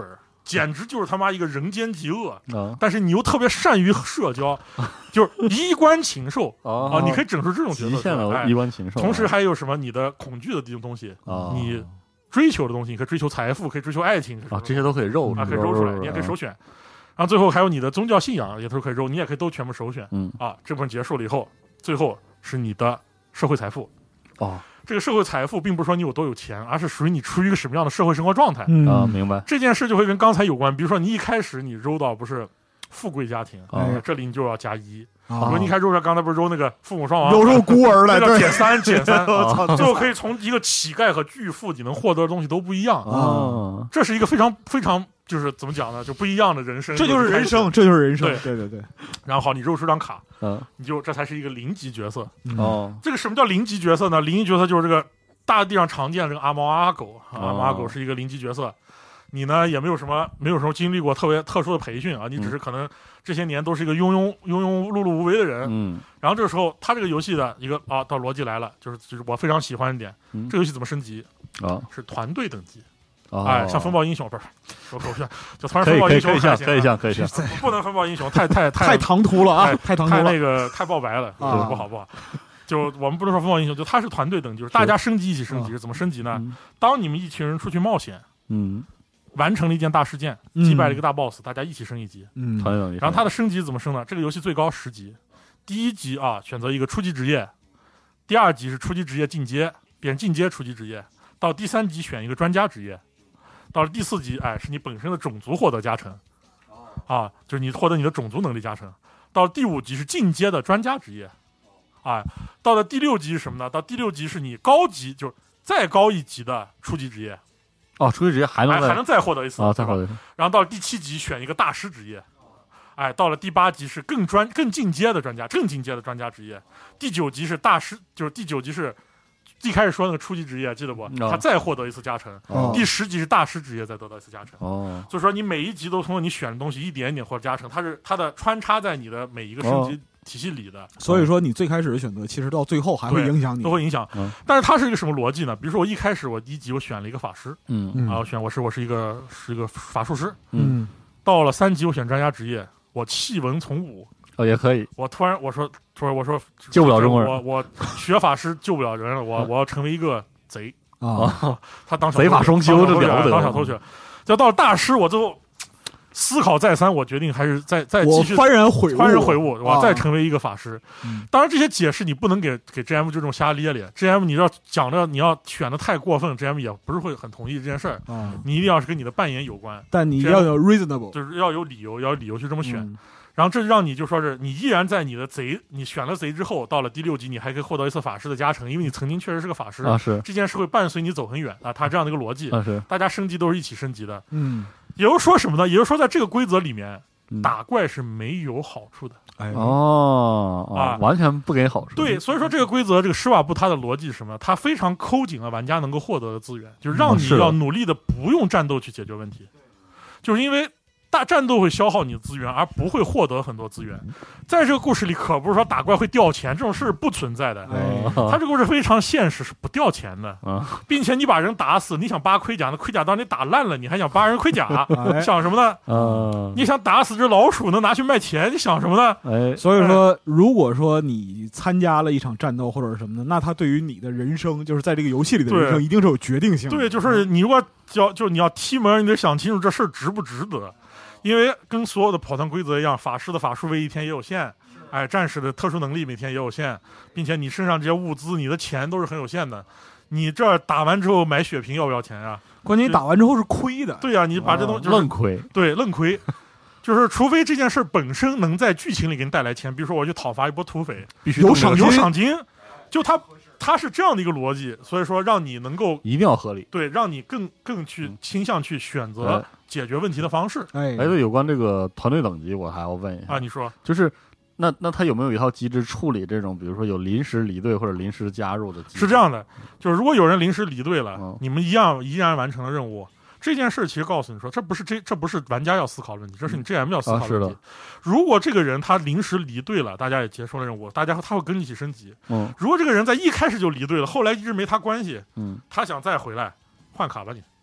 简直就是他妈一个人间极恶。 啊、 但是你又特别善于社交，就是衣冠禽兽啊、呃！你可以整出这种角色， 极限的衣冠禽兽、 哎。同时还有什么你的恐惧的这种东西，啊、你追求的东西，你可以追求财富，可以追求爱情啊，这些都可以揉啊，可以揉出来，你也可以首选。然后最后还有你的宗教信仰也都可以揉，你也可以都全部首选。 嗯啊，这部分结束了以后，最后是你的社会财富。 哦。 这个社会财富并不是说你有多有钱，而是属于你处于一个什么样的社会生活状态。 嗯啊，明白。 这件事就会跟刚才有关，比如说你一开始你揉到不是富贵家庭， 啊、 这里你就要加一。 啊、 如果你一开始揉上，刚才不是揉那个父母双亡， 揉揉孤儿来， 对，减三减三，最后可以从一个乞丐和巨富，你能获得的东西都不一样啊。 这是一个非常非常就是怎么讲呢，就不一样的人生。 这就是人生，这就是人生。 对对对对。 然后好，你揉出张卡， 嗯， 你就这才是一个零级角色。 哦， 这个什么叫零级角色呢？零级角色就是这个。大地上常见的这个阿猫阿狗，阿猫阿狗是一个零级角色，你呢也没有什么没有什么经历过特别特殊的培训啊，你只是可能这些年都是一个庸庸庸庸碌碌无为的人。 嗯， 然后这个时候，他这个游戏的一个啊，到逻辑来了，就是就是我非常喜欢一点， 嗯、 这个游戏怎么升级啊？ 是团队等级。 哦、 哎，像风暴英雄不是，我口炫，就突然风暴英雄可以像可以像可以像， 不能风暴英雄太太太太唐突了啊，太唐突了， 太那个太爆白了，啊、不好不好。就我们不能说风暴英雄，就它是团队等级，就是大家升级一起升级。是怎么升级呢？ 嗯、 当你们一群人出去冒险， 嗯， 完成了一件大事件，击败了一个大 boss，、嗯、大家一起升一级。 嗯， 然后它的升级怎么升呢？这个游戏最高十级，第一级啊选择一个初级职业，第二级是初级职业进阶，变进阶初级职业，到第三级选一个专家职业，到了第四级，哎，是你本身的种族获得加成，啊，就是你获得你的种族能力加成。到了第五级是进阶的专家职业。啊，到了第六级是什么呢？到第六级是你高级，就是再高一级的初级职业。 哦，初级职业还能还还能再获得一次啊，再获得一次。 然后到了第七级选一个大师职业，哎，到了第八级是更专、更进阶的专家，更进阶的专家职业。第九级是大师，就是第九级是一开始说那个初级职业，记得不？他再获得一次加成。 哦、 第十级是大师职业，再得到一次加成。 哦， 所以说你每一级都通过你选的东西一点一点获得加成，它是它的穿插在你的每一个升级。哦体系里的， 所以说你最开始的选择，其实到最后还会影响你， 都会影响。 嗯、 但是它是一个什么逻辑呢？比如说我一开始我第一集我选了一个法师， 嗯啊，我选我是我是一个是一个法术师， 嗯， 到了三级我选专家职业，我弃文从武， 哦也可以。 我突然我说说我说救不了中国人， 我我学法师救不了人了，我我要成为一个贼啊！ 他当贼法双修，这了得， 当小偷去。就到了大师，我最后。思考再三，我决定还是再再继续幡然悔悟， 幡然悔悟，我、 啊、 再成为一个法师。 嗯、 当然，这些解释你不能给给 G M 就这种瞎咧咧 ，G M 你要讲的你要选的太过分 ，G M 也不是会很同意这件事儿。 啊、 你一定要是跟你的扮演有关， 但你要有 reasonable， 就是要有理由，要有理由去这么选。 嗯、 然后这让你就说是你依然在你的贼，你选了贼之后，到了第六级，你还可以获得一次法师的加成，因为你曾经确实是个法师啊。是这件事会伴随你走很远啊，它这样的一个逻辑啊是。 大家升级都是一起升级的， 嗯。 也就是说什么呢？也就是说，在这个规则里面， 嗯、 打怪是没有好处的。 哎哦啊， 完全不给好处。 对，所以说这个规则，这个施瓦布它的逻辑是什么？它非常抠紧了玩家能够获得的资源，就是让你要努力的不用战斗去解决问题，就是因为大战斗会消耗你的资源，而不会获得很多资源。在这个故事里，可不是说打怪会掉钱，这种事不存在的。 哎、 它这个故事非常现实，是不掉钱的， 啊、 并且你把人打死，你想扒盔甲，那盔甲当你打烂了，你还想扒人盔甲， 哎、 想什么呢？ 啊、 你想打死只老鼠能拿去卖钱，你想什么呢？ 哎， 所以说，如果说你参加了一场战斗或者什么的，那它对于你的人生，就是在这个游戏里的人生，一定是有决定性的。 对，就是你如果要就你要踢门，你得想清楚这事儿值不值得。因为跟所有的跑团规则一样，法师的法术位一天也有限，哎，战士的特殊能力每天也有限，并且你身上这些物资、你的钱都是很有限的。你这打完之后买血瓶要不要钱呀？ 关键你打完之后是亏的。 对呀、啊，你把这东西、就是愣亏， 对，愣亏。就是除非这件事本身能在剧情里给你带来钱，比如说我去讨伐一波土匪， 必须有赏有赏金，就他他是这样的一个逻辑，所以说让你能够一定要合理， 对，让你更更去倾向去选择解决问题的方式。 哎， 哎，对，有关这个团队等级，我还要问一下啊，你说， 就是那那他有没有一套机制处理这种，比如说有临时离队或者临时加入的机制？ 是这样的，就是如果有人临时离队了， 嗯、 你们一样依然完成了任务。这件事其实告诉你说，这不是这这不是玩家要思考的问题，这是你 G M 要思考的问题。 啊、 如果这个人他临时离队了，大家也结束了任务，大家他会跟你一起升级。 嗯， 如果这个人在一开始就离队了，后来一直没他关系， 嗯， 他想再回来，换卡吧你。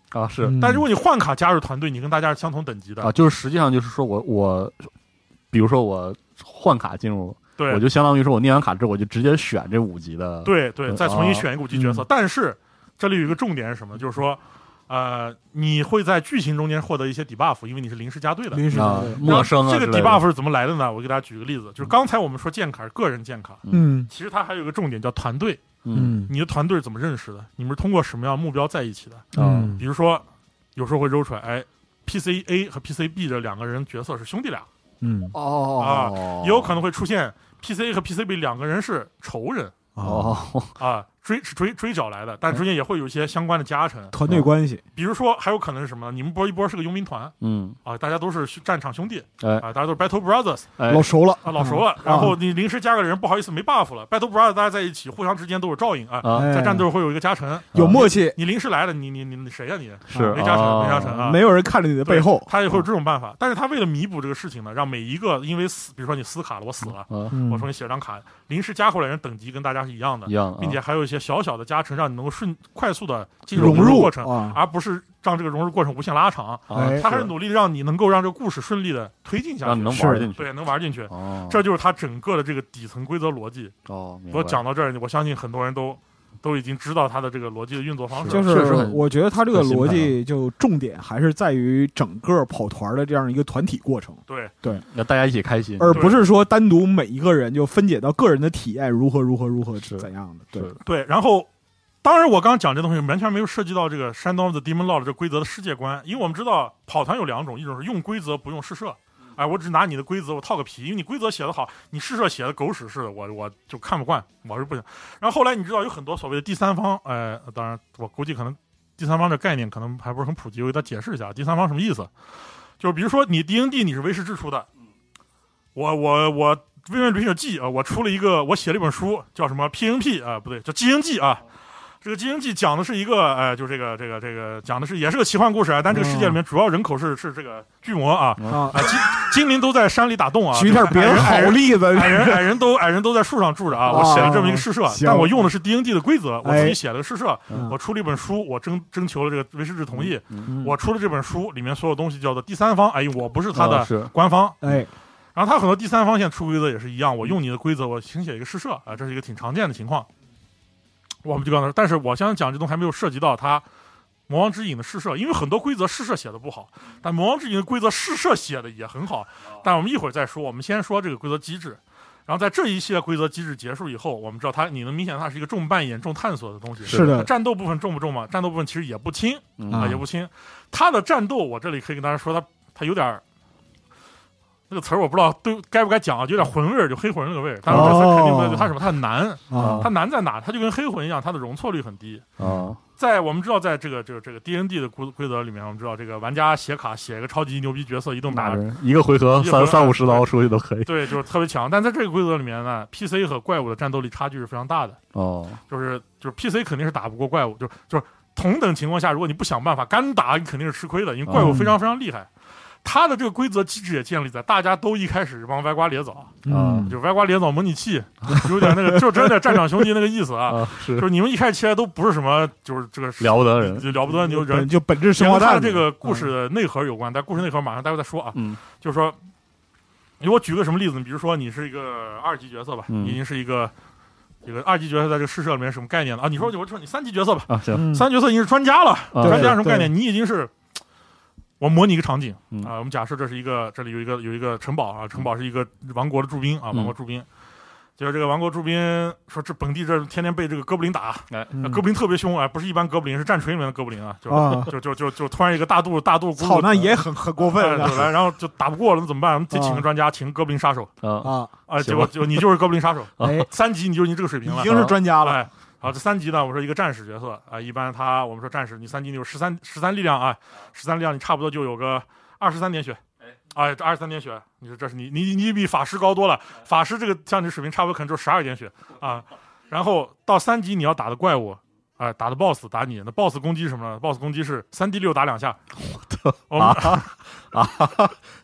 啊，是。 但如果你换卡加入团队，你跟大家是相同等级的啊，就是实际上就是说我我，比如说我换卡进入， 对， 我就相当于说我念完卡之后，我就直接选这五级的， 对对，再重新选一个五级角色。 嗯、 但是这里有一个重点是什么？就是说。呃，你会在剧情中间获得一些 debuff， 因为你是临时加队的。 临时加队， 陌生啊。 这个 debuff 是怎么来的呢？我给大家举个例子，就是刚才我们说剑卡是个人剑卡， 嗯， 其实它还有一个重点叫团队， 嗯， 你的团队是怎么认识的？你们是通过什么样的目标在一起的？ 嗯， 比如说有时候会揉出来，哎 ，P C A 和 P C B 这两个人角色是兄弟俩， 嗯， 哦啊，也有可能会出现 P C A 和 P C B 两个人是仇人， 哦啊。追追追找来的，但中间也会有一些相关的加成， 团队关系。 比如说，还有可能是什么？你们波一波是个佣兵团， 嗯啊，大家都是战场兄弟， 哎啊，大家都是 Battle Brothers， 哎、 老熟了啊，老熟了。 嗯、 然后你临时加个人，不好意思没 buff 了 ，Battle Brothers 大家在一起，互相之间都有照应啊， 啊在战斗会有一个加成， 有默契。 你临时来了，你你你你谁呀、啊？你是没加成， 啊、 没加成啊， 没有人看着你的背后， 他也会有这种办法。但是他为了弥补这个事情呢，让每一个因为死，比如说你撕卡了，我死了， 嗯、 我重新写张卡，临时加回来人等级跟大家是一样的， 一样， 并且还有一些小小的加成，让你能够顺快速的进入融入过程， 啊、 而不是让这个融入过程无限拉长。 啊、 他还是努力让你能够让这个故事顺利的推进下去， 让你能玩进去， 对，能玩进去。 哦， 这就是他整个的这个底层规则逻辑。 哦， 我讲到这儿，我相信很多人都都已经知道他的这个逻辑的运作方式。 就是我觉得他这个逻辑就重点还是在于整个跑团的这样一个团体过程。 对对， 要大家一起开心， 而不是说单独每一个人就分解到个人的体验如何如何如何是怎样的。对对，然后。当然，我刚刚讲这东西完全没有涉及到这个《Shadow of the Demon Lord》这规则的世界观，因为我们知道跑团有两种，一种是用规则不用试射，哎，我只拿你的规则我套个皮，因为你规则写得好，你试射写的狗屎似的，我我就看不惯，我是不行。然后后来你知道有很多所谓的第三方，哎，当然我估计可能第三方这概念可能还不是很普及，我给大家解释一下第三方什么意思，就是比如说你 D N D 你是威士制出的，我我我《微软旅行者记》啊，我出了一个，我写了一本书，叫什么 P N P 啊，不对，叫《基因记》啊。这个《基因记》讲的是一个，哎、呃，就这个这个这个讲的是也是个奇幻故事啊，但这个世界里面主要人口是是这个巨魔啊啊，精精灵都在山里打洞啊。 举点别人好例子， 矮人矮人都矮人都在树上住着啊。我写了这么一个试射，但我用的是 D N D 的规则，我自己写了个试射，我出了一本书，我征征求了这个威士忌同意，我出了这本书，里面所有东西叫做第三方，哎，我不是他的官方， 哎。 然后他很多第三方现在出规则也是一样，我用你的规则，我请写一个试射啊，这是一个挺常见的情况。我们就刚才，但是我相信讲这东西还没有涉及到他魔王之影的试射，因为很多规则试射写的不好，但魔王之影的规则试射写的也很好。但我们一会儿再说，我们先说这个规则机制。然后在这一系列规则机制结束以后，我们知道它，你能明显它是一个重扮演、重探索的东西。 是的， 战斗部分重不重嘛？战斗部分其实也不轻啊、 嗯呃，也不轻。它的战斗，我这里可以跟大家说，它它有点。那个词儿我不知道对该不该讲啊，有点魂味儿，就黑魂那个味儿。但是这词肯定不对，它什么？它难啊，它难在哪？它就跟黑魂一样，它的容错率很低啊。 在我们知道，在这个这个这个 D N D 的规规则里面，我们知道这个玩家写卡写一个超级牛逼角色，一顿打一个回合三三五十刀出去都可以。 对，就是特别强。但在这个规则里面呢 ，P C 和怪物的战斗力差距是非常大的。 哦， 就是就是 P C 肯定是打不过怪物，就就是同等情况下，如果你不想办法干打，你肯定是吃亏的，因为怪物非常非常厉害。它的这个规则机制也建立在大家都一开始帮歪瓜裂枣， 嗯， 就歪瓜裂枣模拟器，有点那个，就真的战场兄弟那个意思啊， 啊是就是你们一开始起来都不是什么，就是这个了不得人， 就了不得牛人， 就本质生化弹。这个故事的内核有关，但故事内核马上待会再说啊， 嗯， 就是说，你我举个什么例子？比如说你是一个二级角色吧， 嗯、 已经是一个。这个二级角色在这个试射里面什么概念呢？啊，你说我说你三级角色吧， 啊行， 三级角色已经是专家了， 啊、 专家什么概念？你已经是。我模拟一个场景啊、 嗯呃，我们假设这是一个，这里有一个有一个城堡啊，城堡是一个王国的驻兵啊，王国驻兵。就是这个王国驻兵说，这本地这天天被这个哥布林打，哎， 嗯、 哥布林特别凶啊、哎，不是一般哥布林，是战锤里面的哥布林啊，就、 啊、 就就就就突然一个大肚大肚， 操，那也很很过分、 哎，对，来，然后就打不过了，那怎么办？我们得请个专家，请哥布林杀手啊啊啊，结果就你就是哥布林杀手， 哎， 三级你就你这个水平了， 已经是专家了。 哎好，这三级呢，我说一个战士角色啊，一般他我们说战士，你三级你有十三十三力量啊，十三力量你差不多就有个二十三点血，哎，这二十三点血，你说这是你你你比法师高多了，法师这个像你水平差不多可能就十二点血啊，然后到三级你要打的怪物，哎、呃，打的 boss 打你，那 boss 攻击什么呢 ？boss 攻击是三 d 六打两下， 我的啊啊！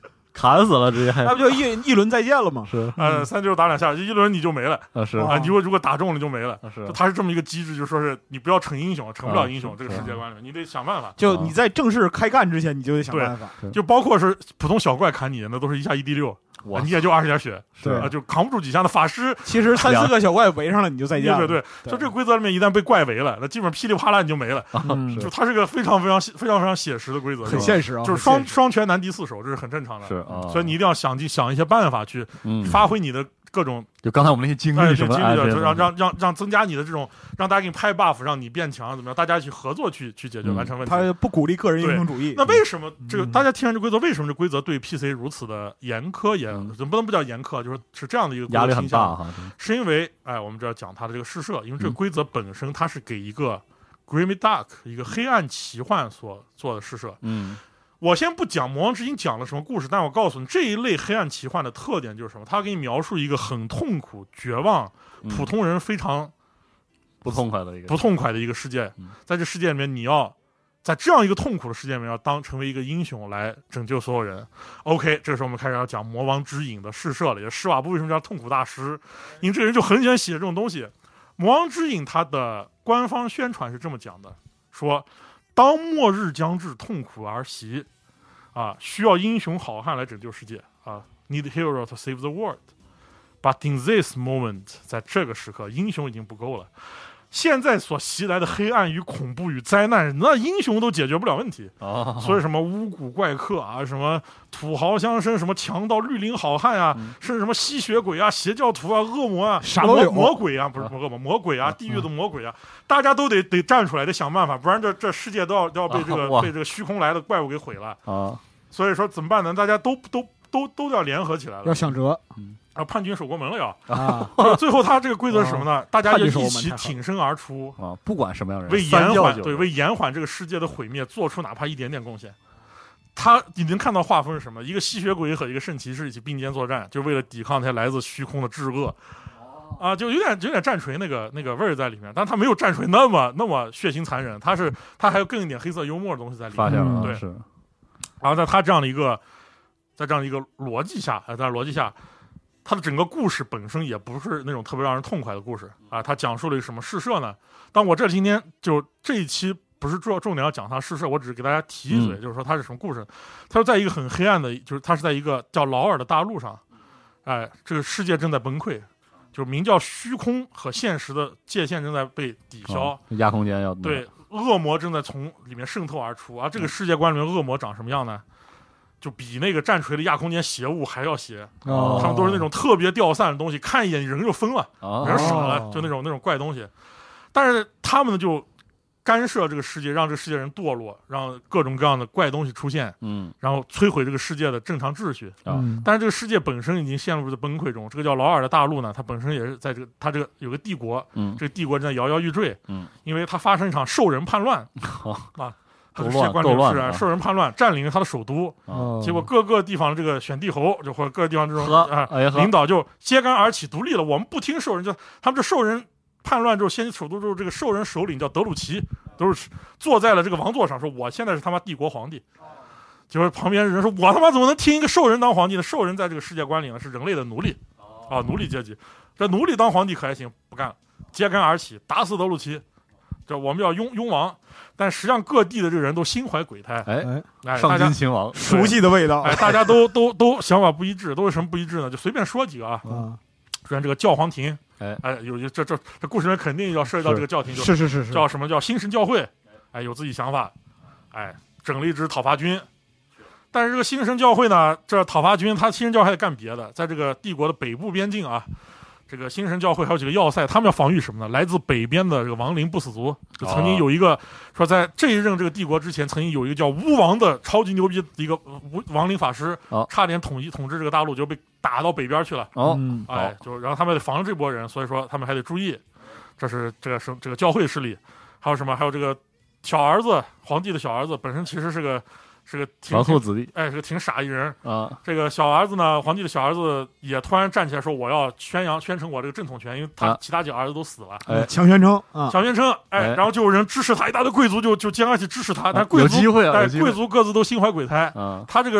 惨死了，直接那不就一一轮再见了吗？ 是， 呃，三六打两下，一轮你就没了啊，是啊，如果如果打中了就没了， 是， 它是这么一个机制，就说是你不要成英雄，成不了英雄，这个世界观里面你得想办法。 就你在正式开干之前，你就得想办法。 就包括是普通小怪砍你，那都是一下一 D 六。你也就二十点血， 对啊，就扛不住几下的法师。 其实三四个小怪围上了，你就再见了。 对对对，就这个规则里面一旦被怪围了，那基本上噼里啪啦你就没了。 嗯， 就它是个非常非常非常非常写实的规则， 很现实啊， 就是双双拳难敌四手，这是很正常的。 是啊， 所以你一定要想尽想一些办法去发挥你的各种。 就刚才我们那些经历什么的，就让让让让增加你的这种，让大家给你拍 buff， 让你变强，怎么样？大家一起合作去去解决完成问题。 他不鼓励个人英雄主义。 那为什么这个大家听完这规则，为什么这规则对 P C 如此的严苛？严怎么不能不叫严苛？就是是这样的一个压力很大哈。 是因为哎，我们这要讲它的这个试射，因为这个规则本身它是给一个 Grim Dark 一个黑暗奇幻所做的试射。 嗯。 我先不讲魔王之音讲了什么故事，但我告诉你，这一类黑暗奇幻的特点就是什么？它给你描述一个很痛苦、绝望、普通人非常不痛快的一个不痛快的一个世界。在这世界里面，你要在这样一个痛苦的世界里面，要当成为一个英雄来拯救所有人。OK， 这个时候我们开始要讲魔王之影的试射了。也施瓦布为什么叫痛苦大师？因为这个人就很喜欢写这种东西。魔王之影它的官方宣传是这么讲的：说当末日将至，痛苦而袭。啊，需要英雄好汉来拯救世界啊 ！Need hero to save the world. But in this moment， 在这个时刻，英雄已经不够了。现在所袭来的黑暗与恐怖与灾难，那英雄都解决不了问题。 哦， 所以什么巫蛊怪客啊，什么土豪相生，什么强盗、绿林好汉啊，嗯、甚至什么吸血鬼啊、邪教徒啊、恶魔啊、 啥都有魔鬼啊，不是恶魔，魔鬼啊，地狱的魔鬼啊，大家都得得站出来，得想办法，不然这这世界都要都要被这个、啊、被这个虚空来的怪物给毁了啊！ 所以说怎么办呢？大家都都都都要联合起来了， 要想辙。 嗯。啊，叛军守国门了要啊！ 最后他这个规则是什么呢？大家要一起挺身而出啊！不管什么样的人， 为延缓对为延缓这个世界的毁灭做出哪怕一点点贡献。他你能看到画风是什么？一个吸血鬼和一个圣骑士一起并肩作战，就为了抵抗那些来自虚空的至恶。啊，就有点有点战锤那个那个味儿在里面，但他没有战锤那么那么血腥残忍，他是他还有更一点黑色幽默的东西在里面。 发现了， 对， 是。 然后在他这样的一个在这样一个逻辑下，在逻辑下。它的整个故事本身也不是那种特别让人痛快的故事啊，它讲述了一个什么试射呢？但我这今天就这一期不是主要重点要讲它试射，我只是给大家提一嘴，嗯、就是说它是什么故事。它就在一个很黑暗的，就是它是在一个叫劳尔的大陆上，哎，这个世界正在崩溃，就是名叫虚空和现实的界限正在被抵消， 哦、压空间要对，恶魔正在从里面渗透而出，而这个世界观里面恶魔长什么样呢？就比那个战锤的亚空间邪物还要邪， 哦、 他们都是那种特别掉散的东西，看一眼人就疯了， 哦、 人傻了，就那种那种怪东西。但是他们呢就干涉这个世界，让这个世界人堕落，让各种各样的怪东西出现， 嗯， 然后摧毁这个世界的正常秩序。 嗯， 但是这个世界本身已经陷入了崩溃中。这个叫劳尔的大陆呢，它本身也是在这个它这个有个帝国， 嗯， 这个帝国正在摇摇欲坠， 嗯， 因为它发生一场兽人叛乱，啊。他的世界观是啊，兽人叛乱占领了他的首都， 哦、 结果各个地方这个选帝侯，就或者各个地方这种啊、 哎、 领导就揭竿而起，独立了。我们不听兽人，就他们这兽人叛乱之后，先首都之后，这个兽人首领叫德鲁奇，都是坐在了这个王座上，说我现在是他妈帝国皇帝。结果旁边人说，我他妈怎么能听一个兽人当皇帝呢？兽人在这个世界观里呢是人类的奴隶，啊，奴隶阶级。这奴隶当皇帝可还行？不干了，揭竿而起，打死德鲁奇。这我们要拥拥王，但实际上各地的这个人都心怀鬼胎， 哎哎， 上金亲王， 熟悉的味道， 哎，大家都都都想法不一致，都是什么不一致呢？就随便说几个啊。 嗯， 首先这个教皇庭， 哎哎，有这这这故事里面肯定要涉及到这个教廷， 是是是是， 叫什么叫新神教会，哎，有自己想法，哎，整了一支讨伐军。但是这个新神教会呢，这讨伐军，他新神教会还得干别的，在这个帝国的北部边境啊。这个新神教会还有几个要塞，他们要防御什么呢？来自北边的这个亡灵不死族，就曾经有一个、哦、说，在这一任这个帝国之前，曾经有一个叫巫王的超级牛逼的一个亡灵法师， 哦、 差点统一统治这个大陆，就被打到北边去了。 哦， 哎，就然后他们得防这波人，所以说他们还得注意。这是这个是这个教会势力，还有什么？还有这个小儿子，皇帝的小儿子本身其实是个。是个挺纨绔子弟， 哎，是个挺傻一人啊。 这个小儿子呢，皇帝的小儿子也突然站起来说：“我要宣扬宣称我这个正统权，因为他其他几个儿子都死了。” 哎， 强宣称啊， 强宣称，哎，然后就有人支持他，一大堆贵族就就揭竿而起支持他，但贵族有机会啊， 但贵族各自都心怀鬼胎。 啊， 他这个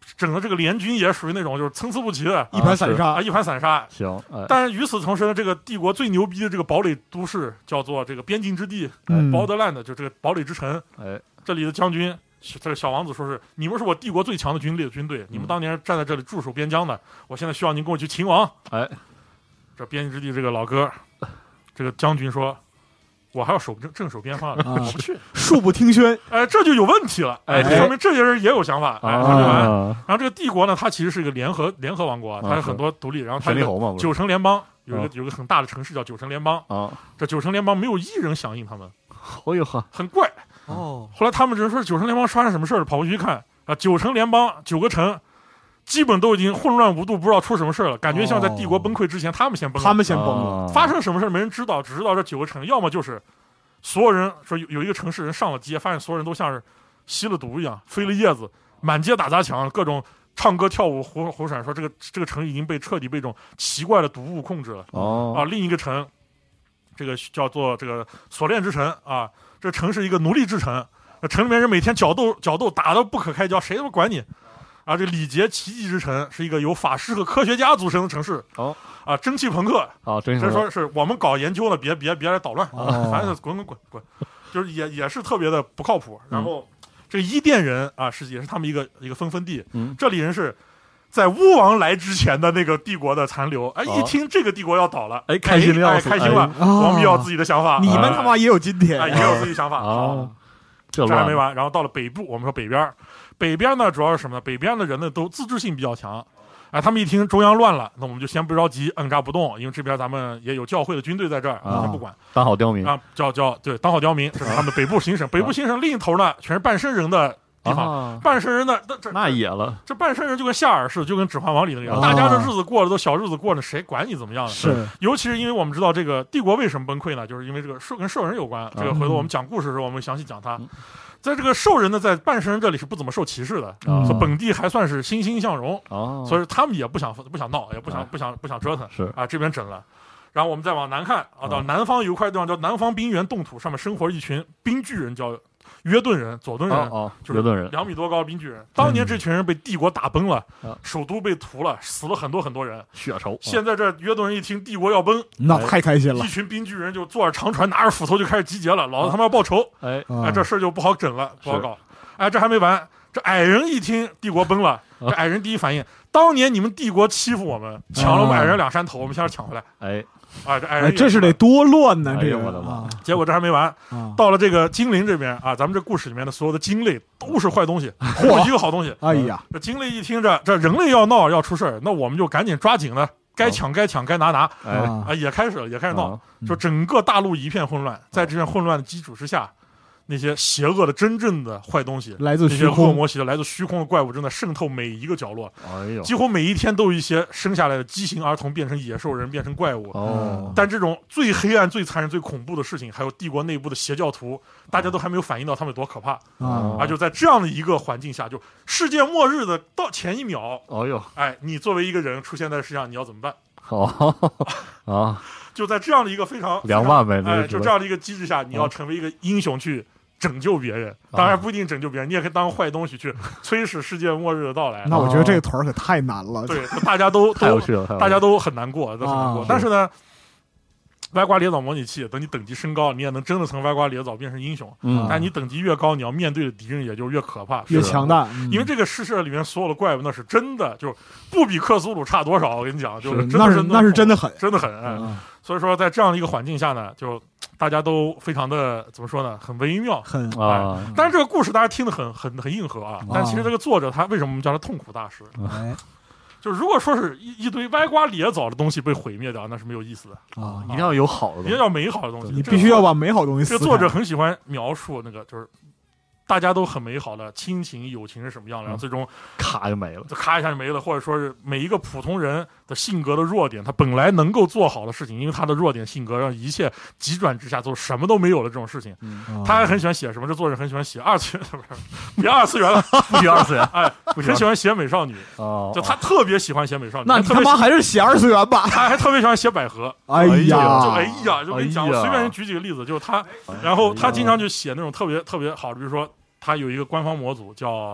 整个这个联军也属于那种就是参差不齐的， 一盘散沙啊，一盘散沙。 行，哎、 但是与此同时呢，这个帝国最牛逼的这个堡垒都市叫做这个边境之地， 嗯， 保德兰的，就这个堡垒之城。 哎， 这里的将军，这个小王子说是你们是我帝国最强的军力军队，你们当年站在这里驻守边疆的，我现在需要您跟我去秦王。 哎， 这边境之地这个老哥，这个将军说。我还要守正正守边防呢，啊、我不去， 恕不听宣。 哎，这就有问题了。哎，这说明这些人也有想法。哎， 啊、 然后这个帝国呢，它其实是一个联合联合王国，它有很多独立。然后它有九城联邦，有一个有一个很大的城市叫九城联邦。啊，这九城联邦没有一人响应他们。 哦呦呵， 很怪。 哦， 后来他们人说九城联邦发生什么事了，跑过去一看啊，九城联邦九个城。基本都已经混乱无度，不知道出什么事了，感觉像在帝国崩溃之前，他们先崩了， 他们先崩了。 发生什么事没人知道，只知道这九个城，要么就是所有人说有有一个城市人上了街，发现所有人都像是吸了毒一样，飞了叶子，满街打砸抢，各种唱歌跳舞胡胡闪，说这个这个城已经被彻底被这种奇怪的毒物控制了。 哦啊，另一个城，这个叫做这个锁链之城啊，这城是一个奴隶之城，城里面人每天角斗角斗，打得不可开交，谁他妈管你？啊，这礼节奇迹之城是一个由法师和科学家组成的城市。 哦， 啊，蒸汽朋克。 啊，真是说是我们搞研究了，别别别来捣乱， 哦、 反正滚滚滚滚，就是也也是特别的不靠谱。然后、嗯、这个伊甸人啊，是也是他们一个一个分分地。 嗯， 这里人是在巫王来之前的那个帝国的残留。哎， 哦、 一听这个帝国要倒了， 哎，开心了， 哎，开心了。 哎、 王必要自己的想法， 你们他妈也有今天， 哎，也有自己想法。 啊， 这还没完，然后到了北部，我们说北边。北边呢，主要是什么呢？北边的人呢，都自制性比较强，哎，他们一听中央乱了，那我们就先不着急，按扎不动，因为这边咱们也有教会的军队在这儿， 啊、 先不管， 当好刁民啊，叫叫对，当好刁民，这是他们北部行省。北部行省另一头呢，全是半身人的地方， 啊、 半身人的这那野了， 这半身人就跟夏尔似的，就跟《指环王》里那个样，啊、大家的日子过的都小日子过的，谁管你怎么样？ 是， 尤其是因为我们知道这个帝国为什么崩溃呢？就是因为这个兽跟兽人有关。这个回头我们讲故事的时候，我们详细讲它。嗯在这个兽人呢，在半神人这里是不怎么受歧视的， 嗯、 所以本地还算是欣欣向荣， 哦、 所以他们也不想不想闹，也不想、哎、不想不想折腾， 是啊，这边整了。然后我们再往南看啊，到南方有一块地方叫南方冰原冻土，上面生活一群冰巨人，叫约顿人、佐敦人， 哦哦、 就是约顿人， 两米多高的冰巨人。当年这群人被帝国打崩了， 嗯、 首都被屠了，死了很多很多人， 血仇。 现在这约顿人一听帝国要崩， 那太开心了， 一群冰巨人就坐着长船，拿着斧头就开始集结了，老子他妈要报仇！ 哎哎，这事儿就不好整了，不好搞。哎，这还没完，这矮人一听帝国崩了，这矮人第一反应，当年你们帝国欺负我们，抢了我们矮人两山头，我们现在抢回来。 哎， 啊，这矮人、 哎、这是得多乱呢！这个我的妈！ 结果这还没完，到了这个精灵这边啊，咱们这故事里面的所有的精类都是坏东西，没有一个好东西。 哎呀， 这精类一听着，这人类要闹要出事儿，那我们就赶紧抓紧了。该抢该抢该拿拿， 哎啊，也开始了，也开始闹，就整个大陆一片混乱。在这片混乱的基础之下，那些邪恶的真正的坏东西， 来自虚空， 那些恶魔邪的来自虚空的怪物正在渗透每一个角落。 哎呦， 几乎每一天都有一些生下来的畸形儿童变成野兽人，变成怪物。 哦， 但这种最黑暗、最残忍、最恐怖的事情，还有帝国内部的邪教徒，大家都还没有反应到他们有多可怕。 哦、 啊！就在这样的一个环境下，就世界末日的到前一秒， 哎呦， 哎，你作为一个人出现在世上，你要怎么办？ 哦啊！ 就在这样的一个非常两万呗， 哎，就这样的一个机制下，你要成为一个英雄去拯救别人。当然不一定拯救别人，你也可以当坏东西去催使世界末日的到来。 那我觉得这个团儿可太难了。 对，大家都太有趣了， 大家都很难过，都很难过。 啊、 但是呢，歪瓜裂枣模拟器，等你等级升高，你也能真的从歪瓜裂枣变成英雄。 嗯， 但你等级越高，你要面对的敌人也就越可怕， 越强大。 嗯、因为这个世界里面所有的怪物，那是真的就不比克苏鲁差多少。我跟你讲，就是那是那是真的狠， 真的狠。哎嗯、 所以说，在这样的一个环境下呢，就大家都非常的怎么说呢，很微妙， 很啊。哎、但是这个故事大家听得很很很硬核啊。但其实这个作者他为什么我们叫他痛苦大师？ 哎。 就是如果说是一一堆歪瓜裂枣的东西被毁灭掉，那是没有意思的啊！ 一定要有好的， 一定要美好的东西。 你必须要把美好的东西。 这个作者很喜欢描述那个，就是大家都很美好的亲情友情是什么样的，然后最终咔就没了， 就咔一下就没了，或者说是每一个普通人的性格的弱点，他本来能够做好的事情，因为他的弱点性格让一切急转直下，做什么都没有了这种事情。 嗯、 他还很喜欢写什么？这作者很喜欢写二次元，不是别二次元了， 不许二次元， 哎，很喜欢写美少女。 哦， 就他特别喜欢写美少女。 那你他妈还是写二次元吧？ 他还特别喜欢写百合。 哎呀， 就哎呀，就跟你讲，我随便举几个例子，就是他，然后他经常就写那种特别特别好的，比如说。他有一个官方模组叫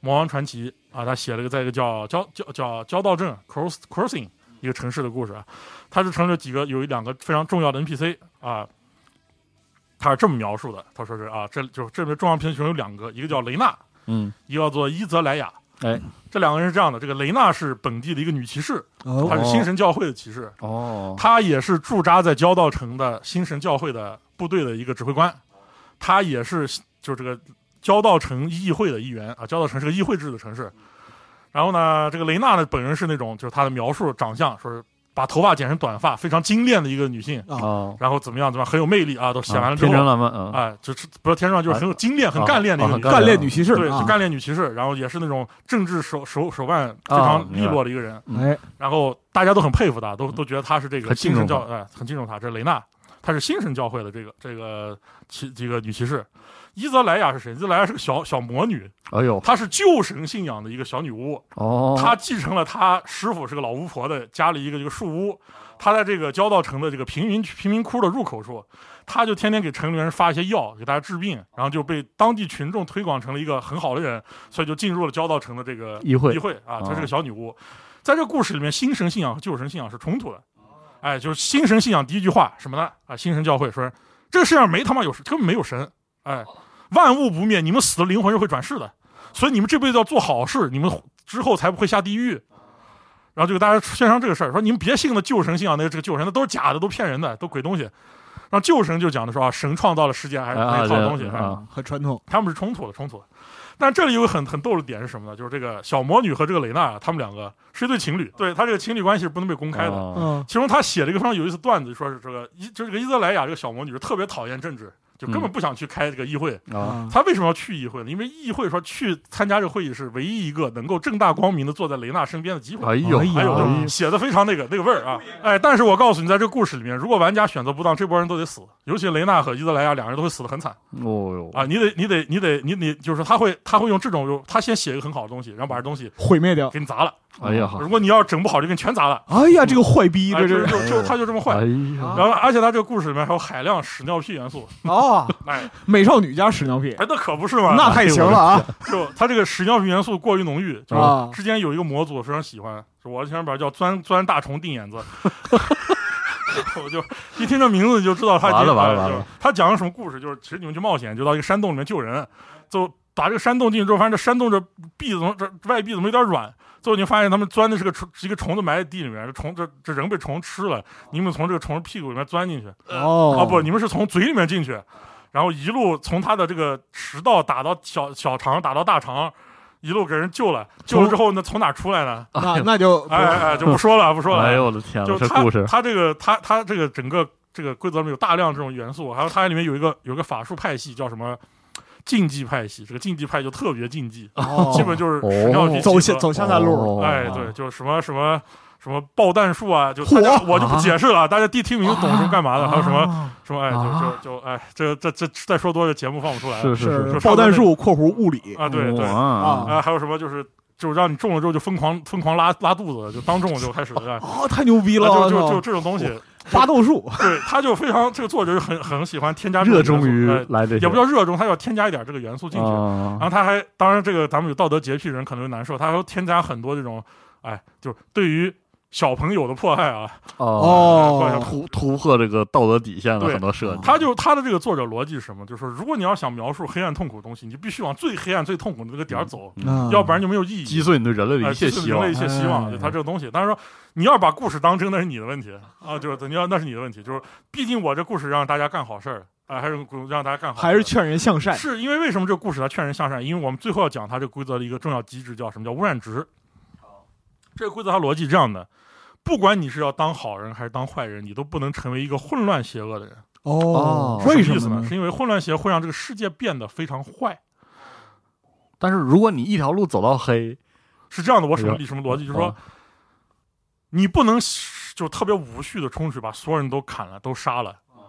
魔王传奇啊，他写了一个在一个叫交叫叫交道镇 Cross Crossing 一个城市的故事啊，他是城里几个有一两个非常重要的 N P C 啊，他是这么描述的，他说是啊，这就这边重要 N P C 中有两个，一个叫雷娜， 嗯， 一个叫做伊泽莱雅， 哎， 这两个人是这样的，这个雷娜是本地的一个女骑士，哦、她是新神教会的骑士， 哦， 她也是驻扎在交道城的新神教会的部队的一个指挥官，她也是就是这个交道城议会的一员啊，交道城是个议会制的城市。然后呢，这个雷娜呢本人是那种就是她的描述长相，说是把头发剪成短发，非常精炼的一个女性啊、哦，然后怎么样怎么样很有魅力啊，都写完了之后， 天真烂漫啊， 哎，就是不是天真烂漫，就是很有精炼、很干练的一个女干练女骑士， 对，是干练女骑士，然后也是那种政治手手手腕非常利落的一个人， 哎， 然后大家都很佩服她，都都觉得她是这个新神教，哎，很敬重她。这是雷娜，她是新神教会的这个这个骑这个女骑士。伊泽莱雅是谁？伊泽莱雅是个小小魔女， 哎呦， 她是旧神信仰的一个小女巫。 哦， 她继承了她师傅是个老巫婆的家里一个这个树屋。她在这个交道城的这个贫民贫民窟的入口处，她就天天给城里人发一些药给大家治病，然后就被当地群众推广成了一个很好的人，所以就进入了交道城的这个议会议会啊。她是个小女巫。在这个故事里面，新神信仰和旧神信仰是冲突的。哎，就是新神信仰第一句话什么呢？啊，新神教会说这个世界上没他妈有根本没有神，哎。万物不灭，你们死的灵魂是会转世的，所以你们这辈子要做好事，你们之后才不会下地狱。然后就给大家宣扬这个事儿，说你们别信了旧神信仰那个这个旧神，那都是假的，都骗人的，都鬼东西。然后旧神就讲的说啊，神创造了世界，还是那套东西啊，很传统。 他们是冲突的，冲突的。但这里有个很很逗的点是什么呢？就是这个小魔女和这个雷娜，他们两个是一对情侣，对他这个情侣关系是不能被公开的。 嗯， 其中他写了一个非常有意思的段子，说是这个伊就这个伊泽莱雅这个小魔女是特别讨厌政治。就根本不想去开这个议会啊！他为什么要去议会呢？因为议会说去参加这个会议是唯一一个能够正大光明的坐在雷娜身边的机会。 哎呦， 哎呦，写的非常那个那个味儿啊！哎，但是我告诉你，在这个故事里面，如果玩家选择不当，这波人都得死，尤其雷娜和伊泽莱亚两人都会死得很惨。 哦哟啊！你得你得你得你你就是他会他会用这种他先写一个很好的东西，然后把这东西毁灭掉， 给你砸了。 哎呀， 如果你要整不好，就给你全砸了。 哎呀，这个坏逼，这就就就他就这么坏。 哎呀， 然后而且他这个故事里面还有海量屎尿屁元素啊！ 哎， 美少女加屎尿屁， 哎，那可不是嘛？ 那太行了啊！ 就他这个屎尿屁元素过于浓郁，就是之前有一个模组非常喜欢，我前面叫钻钻大虫定眼子。我就一听这名字就知道他完了完了完了。 他讲的什么故事？就是其实你们去冒险，就到一个山洞里面救人，就把这个山洞进去之后，发现这山洞这壁怎么这外壁怎么有点软。最后你发现他们钻的是个虫，一个虫子埋在地里面，这虫这这人被虫吃了，你们从这个虫屁股里面钻进去。 哦， 啊不，你们是从嘴里面进去，然后一路从他的这个食道打到小小肠，打到大肠，一路给人救了。救了之后呢，从哪出来呢？ 那那就哎哎就不说了，不说了。 哎呦我的天， 就这故事， 他这个他他这个整个这个规则里面有大量这种元素，还有它里面有一个有一个法术派系叫什么？竞技派系，这个竞技派就特别竞技， 哦、 基本就是屎尿屁走下走下山路， 哦、哎，对，就什么什么什么爆弹术啊，就大家我就不解释了，啊、大家一听明就懂是干嘛的，啊、还有什么什么哎，就就就哎，这这这再说多，这节目放不出来， 是是是，爆弹术（括弧物理） 啊，对对啊，哎，还有什么就是就是让你中了之后就疯狂疯狂拉拉肚子，就当中就开始啊，太牛逼了， 就就就这种东西。 巴豆术， 对，他就非常这个作者就很很喜欢添加热衷于来这， 也不叫热衷，他要添加一点这个元素进去。然后他还，当然这个咱们有道德洁癖的人可能会难受，他还添加很多这种，哎，就对于小朋友的迫害啊， 哦，突突破这个道德底线的很多设计。 他就他的这个作者逻辑是什么？就是说，如果你要想描述黑暗痛苦的东西，你必须往最黑暗、最痛苦的那个点儿走， 嗯、 要不然就没有意义。 击碎你对人类的一切希望， 人类一切希望，就他这个东西。但是说你要把故事当真，那是你的问题啊，就是你要那是你的问题，就是毕竟我这故事让大家干好事儿啊，还是让大家干好， 还是劝人向善。 是因为为什么这个故事它劝人向善？因为我们最后要讲它这个规则的一个重要机制，叫什么叫污染值。这个规则它逻辑这样的。不管你是要当好人还是当坏人，你都不能成为一个混乱邪恶的人。 哦， 为什么呢？是因为混乱邪恶会让这个世界变得非常坏。 但是如果你一条路走到黑， 是这样的，我什么什么逻辑？就是说，你不能就特别无序的冲去把所有人都砍了、都杀了，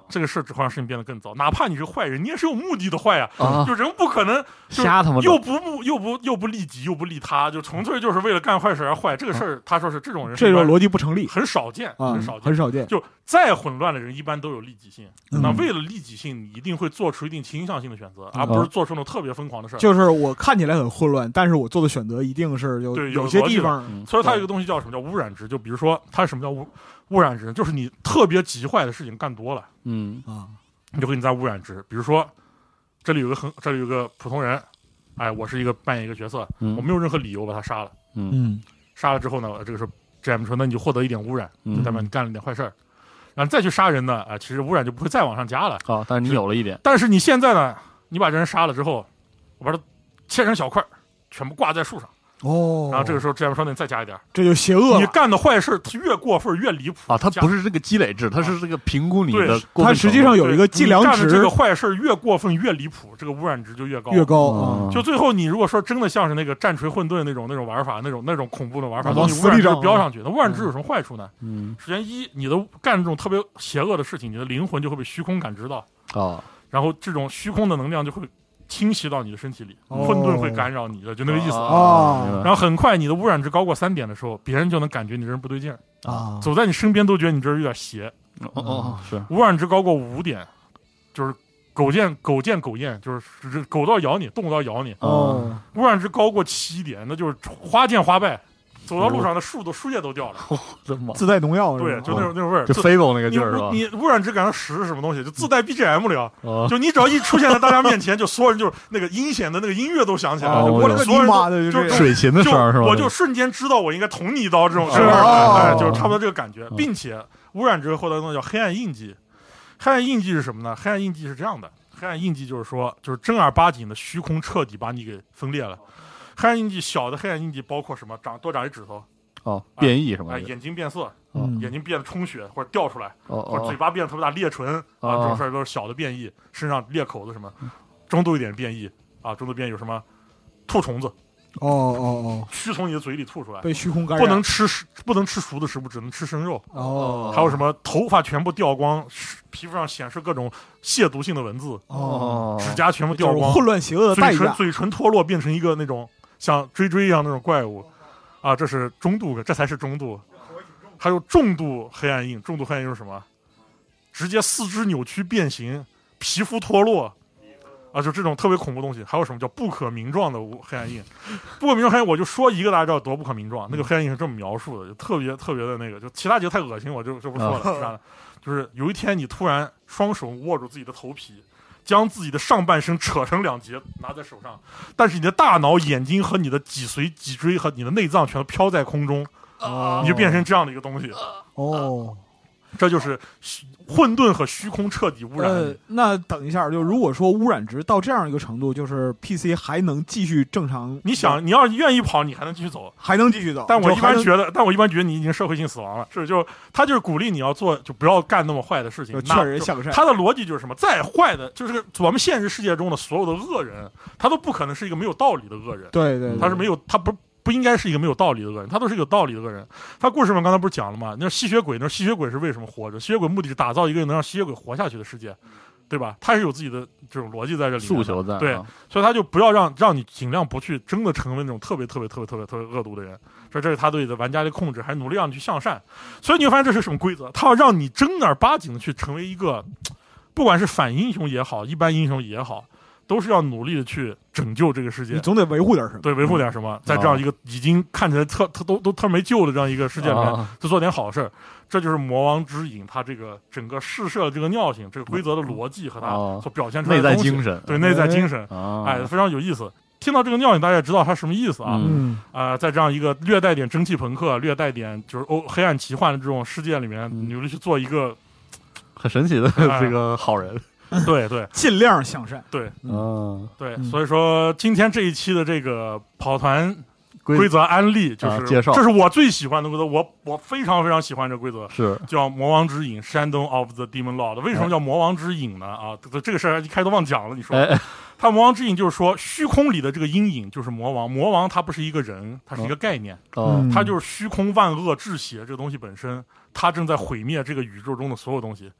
这个事只会让事情变得更糟。哪怕你是坏人，你也是有目的的坏呀、啊，就人不可能瞎他妈又不又不又不利己又不利他，就纯粹就是为了干坏事而坏。这个事儿、啊、他说是这种人， 这种逻辑不成立， 很少见， 啊、 很少见， 很少见。 就再混乱的人，一般都有利己性。 嗯、 那为了利己性，你一定会做出一定倾向性的选择，嗯、而不是做出那种特别疯狂的事儿。 就是我看起来很混乱，但是我做的选择一定是有对有些地方。 嗯、所以它有一个东西叫什么叫污染值？就比如说，它什么叫污污染值？就是你特别极坏的事情干多了， 嗯啊。 你就给你在污染值，比如说，这里有个很，这里有个普通人，哎，我是一个扮演一个角色， 嗯、 我没有任何理由把他杀了， 嗯， 杀了之后呢，这个时候 G M 说，那你就获得一点污染， 嗯、 就代表你干了点坏事儿，然后再去杀人呢，啊、呃，其实污染就不会再往上加了， 啊，但是你有了一点， 但是你现在呢，你把这人杀了之后，我把他切成小块，全部挂在树上。 哦， 然后这个时候 G M 说：“那你再加一点， 这就邪恶了。 你干的坏事越过分越离谱啊！它不是这个积累制，它是这个评估你的过分。 它实际上有一个计量值。 干的这个坏事越过分越离谱，这个污染值就越高。 越高啊！ 就最后你如果说真的像是那个战锤混沌那种那种玩法，那种那种恐怖的玩法， 往你污染值标上去，那污染值有什么坏处呢？ 嗯， 首先一，你的干这种特别邪恶的事情，你的灵魂就会被虚空感知到啊， 然后这种虚空的能量就会侵袭到你的身体里，哦、混沌会干扰你的，就那个意思啊。 然后很快你的污染值高过三点的时候，别人就能感觉你这人不对劲儿啊， 走在你身边都觉得你这人有点邪。 哦哦，是污染值高过五点，就是狗见狗见狗厌，就是狗都要咬你，动物都要咬你。 哦， 污染值高过七点，那就是花见花败。走到路上的树都树叶都掉了， 哦、 自带农药， 对，就那种那种味儿， 就 Fable 那个劲儿是吧？ 你污染值感到十是什么东西？就自带 B G M 了，哦、就你只要一出现在大家面前，就所有人就是那个阴险的那个音乐都响起来了， 哦、 我那个尼玛的就水琴的声是吧？ 我就瞬间知道我应该捅你一刀，这种事儿， 哦、 哎，就差不多这个感觉，并且污染值获得的东西叫黑暗印记，黑暗印记是什么呢？黑暗印记是这样的，黑暗印记就是说，就是正儿八经的虚空彻底把你给分裂了。黑暗印记小的黑暗印记包括什么？长多长一指头。 哦，变异什么的， 哎，眼睛变色， 嗯、 眼睛变得充血或者掉出来， 哦、 或者嘴巴变得特别大裂唇、 哦、 啊，这种事儿都是小的变异，身上裂口子什么，中度一点变异啊，中度变异有什么吐虫子， 哦哦哦， 蛆从你的嘴里吐出来， 被虚空感染，不能吃不能吃熟的食物，只能吃生肉， 哦， 还有什么头发全部掉光，皮肤上显示各种亵渎性的文字， 哦， 指甲全部掉光， 混乱邪恶的代价， 嘴唇嘴唇脱落变成一个那种像追追一样那种怪物。啊，这是中度，这才是中度，还有重度黑暗印。重度黑暗印是什么？直接四肢扭曲变形，皮肤脱落，啊，就这种特别恐怖的东西。还有什么叫不可名状的黑暗印？不可名状黑暗，我就说一个，大家知道多不可名状。那个黑暗印是这么描述的，就特别特别的那个，就其他几个太恶心，我就就不说了。是啥呢？就是有一天你突然双手握住自己的头皮。将自己的上半身扯成两截，拿在手上，但是你的大脑、眼睛和你的脊髓、脊椎和你的内脏全都飘在空中， 哦、 你就变成这样的一个东西。 哦， 这就是混沌和虚空彻底污染、 呃。那等一下，就如果说污染值到这样一个程度，就是 P C 还能继续正常， 你想，你要是愿意跑，你还能继续走， 还能继续走。 但我一般觉得，但我一般觉得你已经社会性死亡了。是，就他就是鼓励你要做，就不要干那么坏的事情， 劝人向善。 他的逻辑就是什么？再坏的，就是我们现实世界中的所有的恶人，他都不可能是一个没有道理的恶人。 对 对, 对， 他是没有，他不。不应该是一个没有道理的恶人，他都是有道理的恶人。他故事上刚才不是讲了吗？那吸血鬼，那吸血鬼是为什么活着？吸血鬼目的是打造一个能让吸血鬼活下去的世界，对吧？他是有自己的这种逻辑在这里， 诉求在。 对，所以他就不要让让你尽量不去真的成为那种特别特别特别特别特别恶毒的人。这这是他对的玩家的控制，还努力让你去向善。所以你会发现这是什么规则？他要让你正儿八经的去成为一个，不管是反英雄也好，一般英雄也好。都是要努力的去拯救这个世界， 你总得维护点什么， 对，维护点什么，在这样一个已经看起来特特都都特没救的这样一个世界里面，就做点好事，这就是魔王之影它这个整个试射的这个尿性，这个规则的逻辑和它所表现出来的内在精神， 对，内在精神，哎，非常有意思。听到这个尿性，大家也知道它什么意思啊？ 嗯啊、呃，在这样一个略带点蒸汽朋克、略带点就是欧黑暗奇幻的这种世界里面，努力去做一个很神奇的这个好人。 对对， 尽量向善。 对， 嗯， 对，所以说今天这一期的这个跑团规则安利就是、 啊、介绍， 这是我最喜欢的规则，我我非常非常喜欢这规则， 是叫魔王之影 Shadow of the Demon Lord。为什么叫魔王之影呢？啊，这个事儿一开头忘讲了，你说， 哎、 它魔王之影就是说虚空里的这个阴影就是魔王，魔王它不是一个人，它是一个概念， 哦， 它就是虚空万恶至邪这个东西本身，它正在毁灭这个宇宙中的所有东西。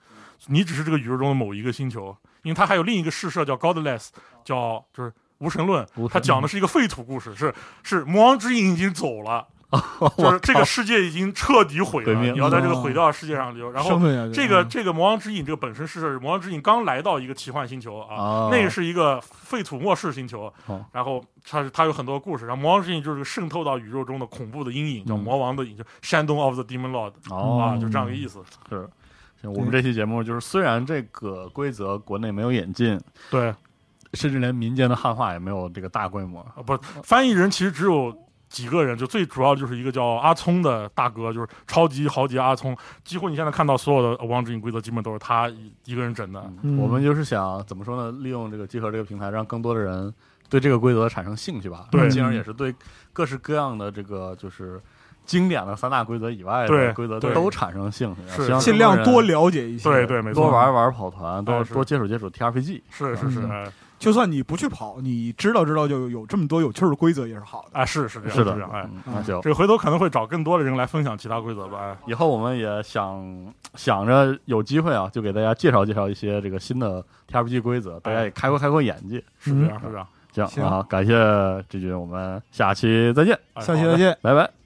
你只是这个宇宙中的某一个星球，因为它还有另一个试射叫 Godless， 叫就是无神论，它讲的是一个废土故事，是是魔王之影已经走了。就是这个世界已经彻底毁了，你要在这个毁掉的世界上留。然后这个这个魔王之影这个本身是魔王之影刚来到一个奇幻星球啊，那个是一个废土末世星球，然后它它有很多故事。然后魔王之影就是渗透到宇宙中的恐怖的阴影，叫魔王的影，就 Shadow of the Demon Lord 啊，就这样个意思。 是，我们这期节目就是虽然这个规则国内没有引进， 对， 甚至连民间的汉化也没有这个大规模啊，不，翻译人其实只有。几个人，就最主要就是一个叫阿聪的大哥，就是超级豪杰阿聪，几乎你现在看到所有的《王之影》规则基本都是他一个人整的。 嗯、我们就是想怎么说呢？利用这个集合这个平台，让更多的人对这个规则产生兴趣吧。 对， 进而也是对各式各样的这个就是经典的三大规则以外的规则都产生兴趣， 是尽量多了解一些。 对对，没错， 多玩玩跑团，多多接触接触 T R P G。 是是是。 嗯就算你不去跑，你知道知道就有这么多有趣的规则也是好的啊！是是这样， 是的， 这样哎， 那行， 这个回头可能会找更多的人来分享其他规则吧。哎， 以后我们也想想着有机会啊，就给大家介绍介绍一些这个新的 T R P G 规则，大家也开阔开阔眼界。 是这样，是这样。 行啊，感谢志军，我们下期再见， 下期再见， 拜拜。